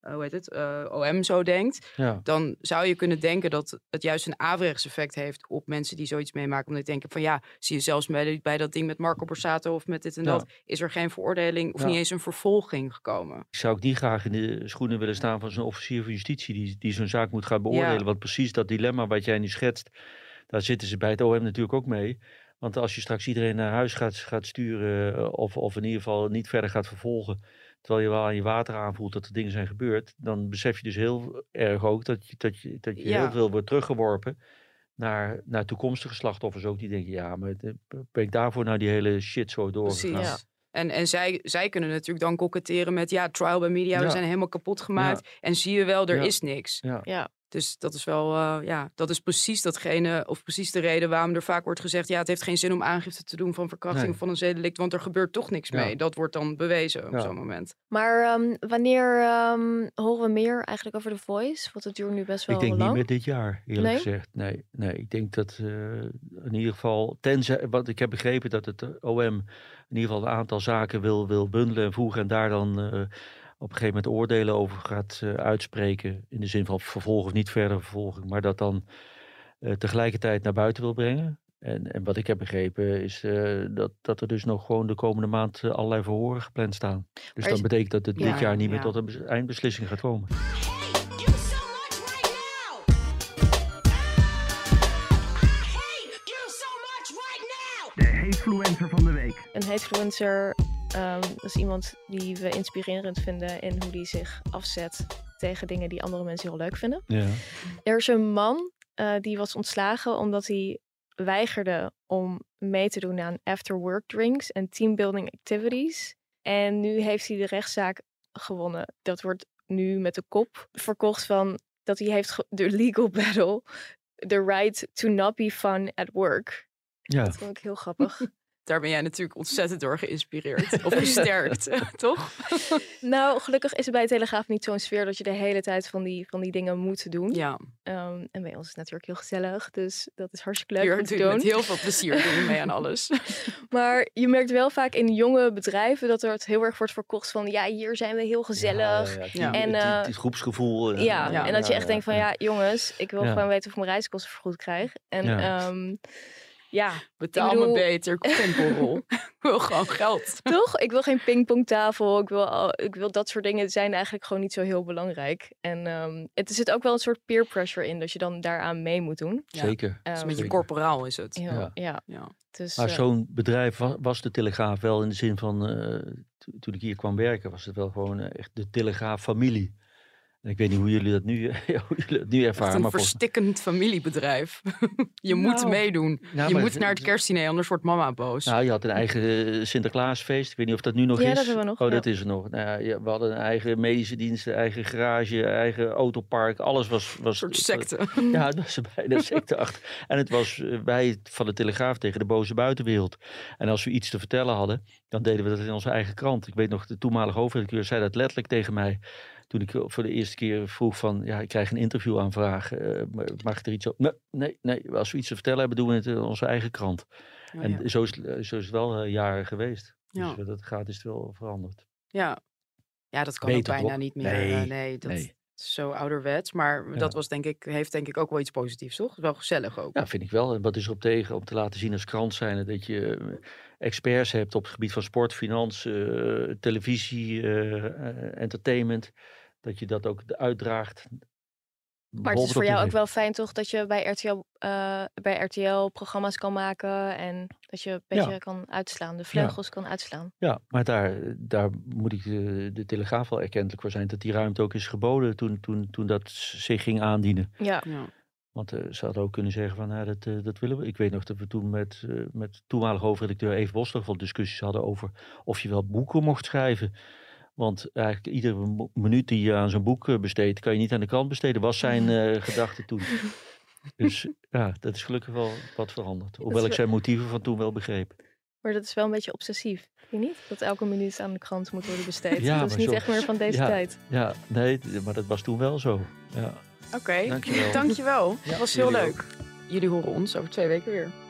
OM zo denkt. Ja. Dan zou je kunnen denken dat het juist een averechtseffect heeft op mensen die zoiets meemaken. Omdat ik denk van ja, zie je zelfs bij dat ding met Marco Borsato of met dit en dat, is er geen veroordeling of niet eens een vervolging gekomen. Ik zou ook niet graag in de schoenen willen staan van zo'n officier van justitie die zo'n zaak moet gaan beoordelen. Ja. Want precies dat dilemma wat jij nu schetst, daar zitten ze bij het OM natuurlijk ook mee. Want als je straks iedereen naar huis gaat sturen of in ieder geval niet verder gaat vervolgen, terwijl je wel aan je water aanvoelt dat er dingen zijn gebeurd, dan besef je dus heel erg ook dat je heel veel wordt teruggeworpen naar toekomstige slachtoffers ook. Die denken, ja, maar ben ik daarvoor nou die hele shit zo doorgegaan? Precies. Ja. En zij kunnen natuurlijk dan koketteren met ja, trial by media, we zijn helemaal kapot gemaakt. En zie je wel, er is niks. Ja. Dus dat is wel, dat is precies datgene, of precies de reden waarom er vaak wordt gezegd, ja, het heeft geen zin om aangifte te doen van verkrachting van een zedendelict, want er gebeurt toch niks mee. Dat wordt dan bewezen op zo'n moment. Maar wanneer horen we meer eigenlijk over The Voice? Want het duurt nu best wel lang. Ik denk niet meer dit jaar, eerlijk gezegd. Nee, ik denk dat in ieder geval, want ik heb begrepen dat het OM in ieder geval een aantal zaken wil bundelen en voegen en daar dan op een gegeven moment oordelen over gaat uitspreken. In de zin van vervolgen of niet verder vervolging. Maar dat dan tegelijkertijd naar buiten wil brengen. En wat ik heb begrepen is dat er dus nog gewoon de komende maand allerlei verhoren gepland staan. Dus dan betekent dat het dit jaar niet meer tot een eindbeslissing gaat komen. De hatefluencer van de week. Een hatefluencer dat is iemand die we inspirerend vinden in hoe die zich afzet tegen dingen die andere mensen heel leuk vinden. Ja. Er is een man die was ontslagen omdat hij weigerde om mee te doen aan after-work drinks en teambuilding activities. En nu heeft hij de rechtszaak gewonnen. Dat wordt nu met de kop verkocht van dat hij heeft de legal battle, the right to not be fun at work. Ja. Dat vond ik heel grappig. Daar ben jij natuurlijk ontzettend door geïnspireerd. Of gesterkt, toch? Nou, gelukkig is er bij de Telegraaf niet zo'n sfeer dat je de hele tijd van die dingen moet doen. Ja. En bij ons is het natuurlijk heel gezellig. Dus dat is hartstikke leuk om te doen. doen. Met heel veel plezier doen we mee aan alles. Maar je merkt wel vaak in jonge bedrijven dat er het heel erg wordt verkocht van ja, hier zijn we heel gezellig. En het groepsgevoel. En dat je echt denkt van ja, jongens, ik wil gewoon weten of ik mijn reiskosten vergoed krijg. En betaal me beter, ik wil geen borrel. Ik wil gewoon geld. Toch? Ik wil geen pingpongtafel. Ik wil dat soort dingen zijn eigenlijk gewoon niet zo heel belangrijk. En er zit ook wel een soort peer pressure in dat je dan daaraan mee moet doen. Zeker. Dus met je corporaal is het. Ja. Dus, maar zo'n bedrijf was de Telegraaf wel in de zin van, toen ik hier kwam werken, was het wel gewoon echt de Telegraaf familie. En ik weet niet hoe jullie dat nu, Echt ervaren. een Maar verstikkend familiebedrijf. Je moet meedoen. Nou, je maar moet naar het kerstdiner, anders wordt mama boos. Nou, je had een eigen Sinterklaasfeest. Ik weet niet of dat nu nog is. Ja, dat hebben we nog. Oh, ja. dat is er nog. Nou, ja, we hadden een eigen medische dienst, eigen garage, eigen autopark. Alles was Een soort secte. Ja, het was bijna secteachtig. En het was wij van de Telegraaf tegen de boze buitenwereld. En als we iets te vertellen hadden, dan deden we dat in onze eigen krant. Ik weet nog, de toenmalige hoofdredacteur zei dat letterlijk tegen mij. Toen ik voor de eerste keer vroeg van, ja, ik krijg een interviewaanvraag. Mag ik er iets op? Nee. Als we iets te vertellen hebben, doen we het in onze eigen krant. Oh, En ja. zo is het wel jaren geweest. Ja. Dus dat gaat is wel veranderd. Ja, dat kan Beter ook bijna toch? niet meer. Nee, Dat nee. is zo ouderwets. Maar Ja. dat was heeft denk ik ook wel iets positiefs, toch? Wel gezellig ook. Ja, vind ik wel. En wat is er op tegen om te laten zien als krant zijn dat je experts hebt op het gebied van sport, financiën, televisie, entertainment. Dat je dat ook uitdraagt. Maar het is voor jou ook wel fijn toch dat je bij RTL programma's kan maken en dat je een beetje kan uitslaan, de vleugels kan uitslaan. Ja, maar daar moet ik de Telegraaf wel erkentelijk voor zijn dat die ruimte ook is geboden toen dat zich ging aandienen. Ja. Want ze hadden ook kunnen zeggen van, dat willen we. Ik weet nog dat we toen met toenmalig hoofdredacteur Eve Bos nog wel discussies hadden over of je wel boeken mocht schrijven. Want eigenlijk iedere minuut die je aan zo'n boek besteedt, kan je niet aan de krant besteden, was zijn gedachte toen. Dus ja, dat is gelukkig wel wat veranderd. Hoewel ik zijn motieven van toen wel begreep. Maar dat is wel een beetje obsessief, vind je niet? Dat elke minuut aan de krant moet worden besteed. Ja, dat is maar niet echt meer van deze tijd. Ja, nee, maar dat was toen wel zo. Ja. Oké, Dankjewel. dankjewel. Ja, Dat was heel jullie leuk. Jullie horen ons over 2 weken weer.